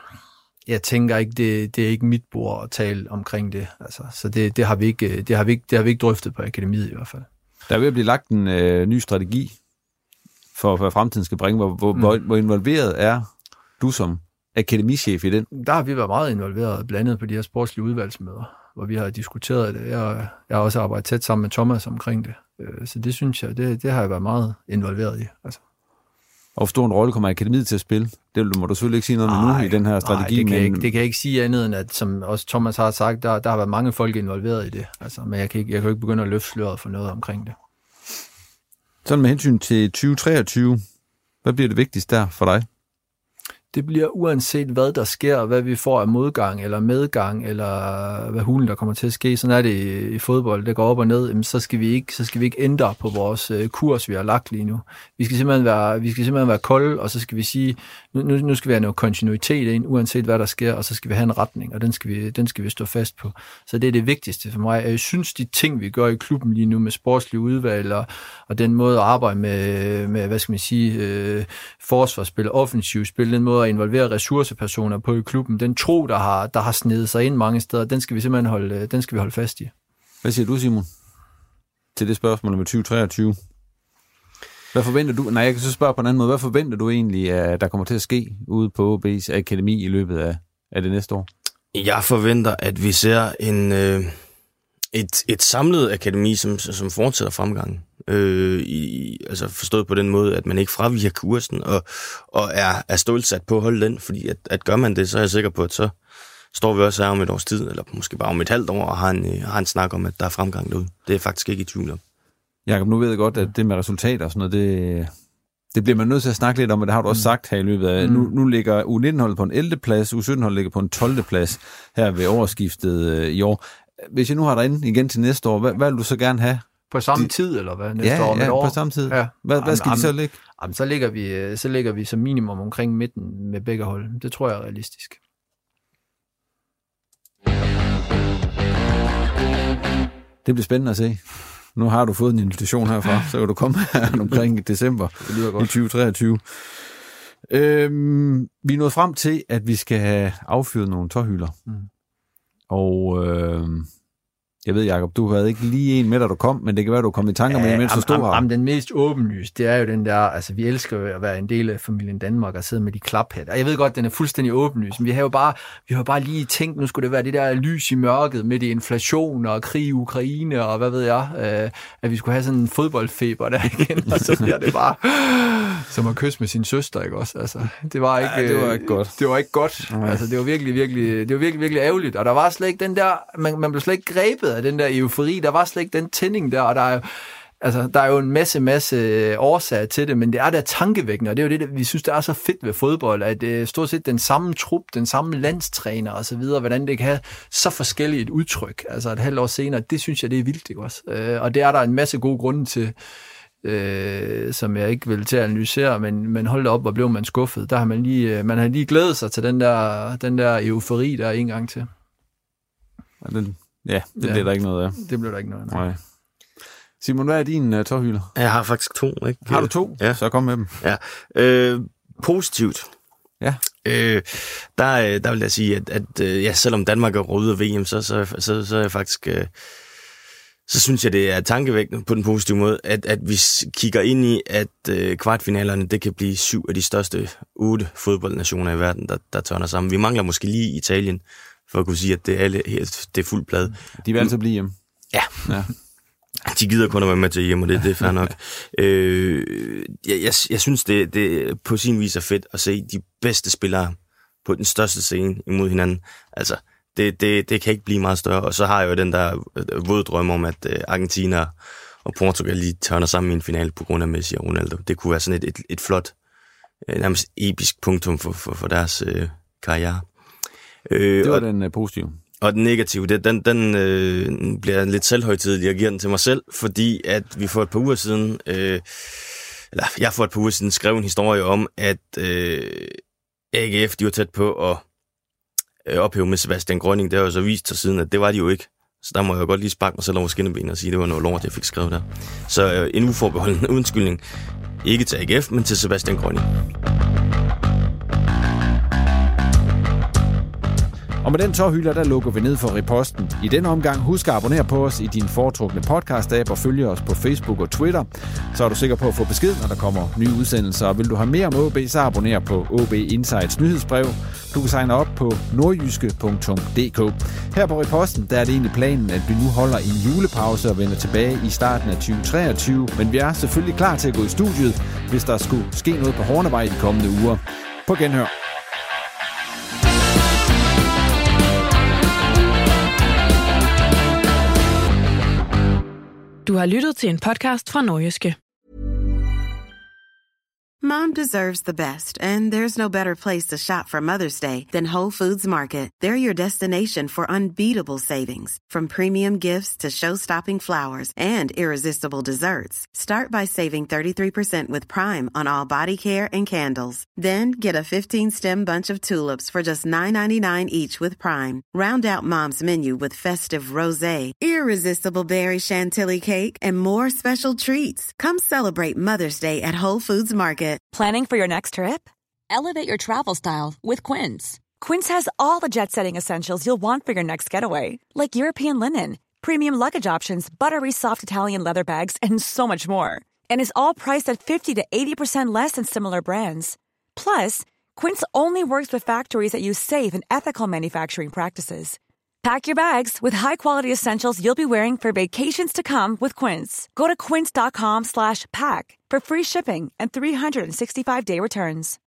Jeg tænker ikke, det, det er ikke mit bord at tale omkring det. Altså, så det, det, har vi ikke, det, har vi ikke, det har vi ikke drøftet på akademiet i hvert fald. Der er ved at blive lagt en øh, ny strategi for, hvad fremtiden skal bringe. Hvor, hvor, mm. hvor, hvor involveret er du som akademichef i den? Der har vi været meget involveret, blandt andet på de her sportslige udvalgsmøder, hvor vi har diskuteret det. Jeg, jeg har også arbejdet tæt sammen med Thomas omkring det. Så det synes jeg, det, det har jeg været meget involveret i. Altså. Og hvor stor en rolle kommer akademiet til at spille? Det må du selvfølgelig ikke sige noget om nu i den her strategi. Nej, det, kan men... ikke, det kan jeg ikke sige andet end, at som også Thomas har sagt, der, der har været mange folk involveret i det. Altså, men jeg kan, ikke, jeg kan ikke begynde at løfte sløret for noget omkring det. Sådan med hensyn til tyve treogtyve, hvad bliver det vigtigste der for dig? det bliver uanset hvad der sker, hvad vi får af modgang eller medgang, eller hvad hulen der kommer til at ske. Sådan er det i, i fodbold, det går op og ned, jamen, så, skal vi ikke, så skal vi ikke ændre på vores øh, kurs, vi har lagt lige nu. Vi skal simpelthen være, vi skal simpelthen være kolde, og så skal vi sige, nu, nu, nu skal vi have noget kontinuitet ind, uanset hvad der sker, og så skal vi have en retning, og den skal vi, den skal vi stå fast på. Så det er det vigtigste for mig. Jeg synes, de ting, vi gør i klubben lige nu med sportslig udvalg, og, og den måde at arbejde med, med hvad skal man sige, øh, forsvarsspil, offensivspil, den måde at involvere ressourcepersoner på i klubben, den tro, der har, der har snedet sig ind mange steder, den skal vi simpelthen holde, den skal vi holde fast i. Hvad siger du, Simon, til det spørgsmål med tyve treogtyve? Hvad forventer du, nej, jeg kan så spørge på en anden måde, hvad forventer du egentlig, at der kommer til at ske ude på O B's akademi i løbet af, af det næste år? Jeg forventer, at vi ser en, øh, et, et samlet akademi, som, som fortsætter fremgangen. Øh, i, altså forstået på den måde, at man ikke fraviger kursen og, og er, er stålsat på at holde den, fordi at, at gør man det, så er jeg sikker på, at så står vi også her om et års tid, eller måske bare om et halvt år, og har en, har en snak om, at der er fremgang derude. Det er jeg faktisk ikke i tvivl om. Jakob, nu ved jeg godt, at det med resultater og sådan noget, det, det bliver man nødt til at snakke lidt om, og det har du også sagt her i løbet af. Mm. Nu, nu ligger U nitten-holdet på en ellevte plads, U sytten-holdet ligger på en tolvte plads her ved årsskiftet øh, i år. Hvis jeg nu har dig inde igen til næste år, hvad, hvad vil du så gerne have? På samme de... tid, eller hvad? Næste ja, år, ja, år? på samme tid. Ja. Hvad, hvad skal am, de så ligge? Am, så, ligger vi, så ligger vi som minimum omkring midten med begge hold. Det tror jeg er realistisk. Det bliver spændende at se. Nu har du fået en invitation herfra, så kan du komme her omkring i december i tyve treogtyve. Øhm, vi er nået frem til, at vi skal have affyret nogle tårhylder. Mm. Og øh, jeg ved, Jacob, du havde ikke lige en med, da du kom, men det kan være, du kom i tanker med, mens du stod her. Am, den mest åbenlyst, det er jo den der, altså vi elsker jo at være en del af familien Danmark og sidde med de klaphatte. Og jeg ved godt, den er fuldstændig åbenlyst, men vi har jo bare, vi har bare lige tænkt, nu skulle det være det der lys i mørket med det inflation og krig i Ukraine og hvad ved jeg, øh, at vi skulle have sådan en fodboldfeber der igen, og så bliver det bare som at kysse med sin søster, ikke også? Altså, det var ikke, ja, det var ikke godt. Det var ikke godt. Nej. Altså, det var virkelig, virkelig, det var virkelig, virkelig ærgerligt, og der var slet ikke den der, man, man blev slet ikke grebet af den der eufori, der var slet ikke den tænding der, og der er jo, altså, der er jo en masse, masse årsager til det, men det er der tankevækkende, og det er jo det, vi synes, der er så fedt ved fodbold, at det er stort set den samme trup, den samme landstræner og så videre, hvordan det kan have så forskelligt et udtryk, altså et halvt år senere, det synes jeg, det er vildt, ikke også? Og det er der en masse gode grunde til, Øh, som jeg ikke vil til at analysere, men, men hold da op, hvor blev man skuffet. Der har man lige, man har lige glædet sig til den der, den der eufori, der er en gang til. Ja, det, ja, det ja, bliver der ikke noget af. Det bliver der ikke noget af. Nej. Simon, hvad er din uh, tårhylder? Jeg har faktisk to. Ikke? Har du to? Ja. Så kom med dem. Ja. Øh, positivt. Ja. Øh, der, der vil jeg sige, at, at ja, selvom Danmark er ude af V M, så, så, så, så er jeg faktisk... Øh, så synes jeg, det er tankevækkende på den positive måde, at, at vi kigger ind i, at øh, kvartfinalerne, det kan blive syv af de største otte fodboldnationer i verden, der, der tørner sammen. Vi mangler måske lige Italien, for at kunne sige, at det er, alle, det er fuld plade. De vil altså blive hjemme. Ja. ja. De gider kun at være med til hjemme, og det, det er fair nok. øh, jeg, jeg, jeg synes, det, det på sin vis er fedt at se de bedste spillere på den største scene imod hinanden. Altså, Det, det, det kan ikke blive meget større, og så har jeg jo den der våde drøm om, at Argentina og Portugal lige tørner sammen i en finale på grund af Messi og Ronaldo. Det kunne være sådan et, et, et flot, nærmest episk punktum for, for, for deres øh, karriere. Øh, det var og, den øh, positive. Og den negative, det, den, den øh, bliver lidt selvhøjtidelig, jeg giver den til mig selv, fordi at vi for et par uger siden, øh, eller jeg for et par uger siden skrev en historie om, at øh, A G F, de var tæt på at ophæve med Sebastian Grønning. Det har jo så vist sig siden, at det var de jo ikke. Så der må jeg jo godt lige sparke mig selv over skinneben og sige, at det var noget lort, jeg fik skrevet der. Så øh, en uforbeholden undskyldning. Ikke til A G F, men til Sebastian Grønning. Og med den tårhylder, der lukker vi ned for Riposten. I denne omgang, husk at abonnere på os i din foretrukne podcast-app og følge os på Facebook og Twitter. Så er du sikker på at få besked, når der kommer nye udsendelser. Og vil du have mere om O B, så abonner på O B Insights nyhedsbrev. Du kan signe op på nordjyske punktum d k. Her på Riposten, der er det egentlig planen, at vi nu holder en julepause og vender tilbage i starten af tyve treogtyve. Men vi er selvfølgelig klar til at gå i studiet, hvis der skulle ske noget på Hornevej i de kommende uger. På genhør. Du har lyttet til en podcast fra Nordjyske. Mom deserves the best, and there's no better place to shop for Mother's Day than Whole Foods Market. They're your destination for unbeatable savings, from premium gifts to show-stopping flowers and irresistible desserts. Start by saving thirty-three percent with Prime on all body care and candles. Then get a fifteen-stem bunch of tulips for just nine ninety-nine each with Prime. Round out Mom's menu with festive rosé, irresistible berry chantilly cake, and more special treats. Come celebrate Mother's Day at Whole Foods Market. Planning for your next trip? Elevate your travel style with Quince. Quince has all the jet-setting essentials you'll want for your next getaway, like European linen, premium luggage options, buttery soft Italian leather bags, and so much more. And is all priced at fifty to eighty percent less than similar brands. Plus, Quince only works with factories that use safe and ethical manufacturing practices. Pack your bags with high-quality essentials you'll be wearing for vacations to come with Quince. Go to quince.com slash pack for free shipping and three sixty-five day returns.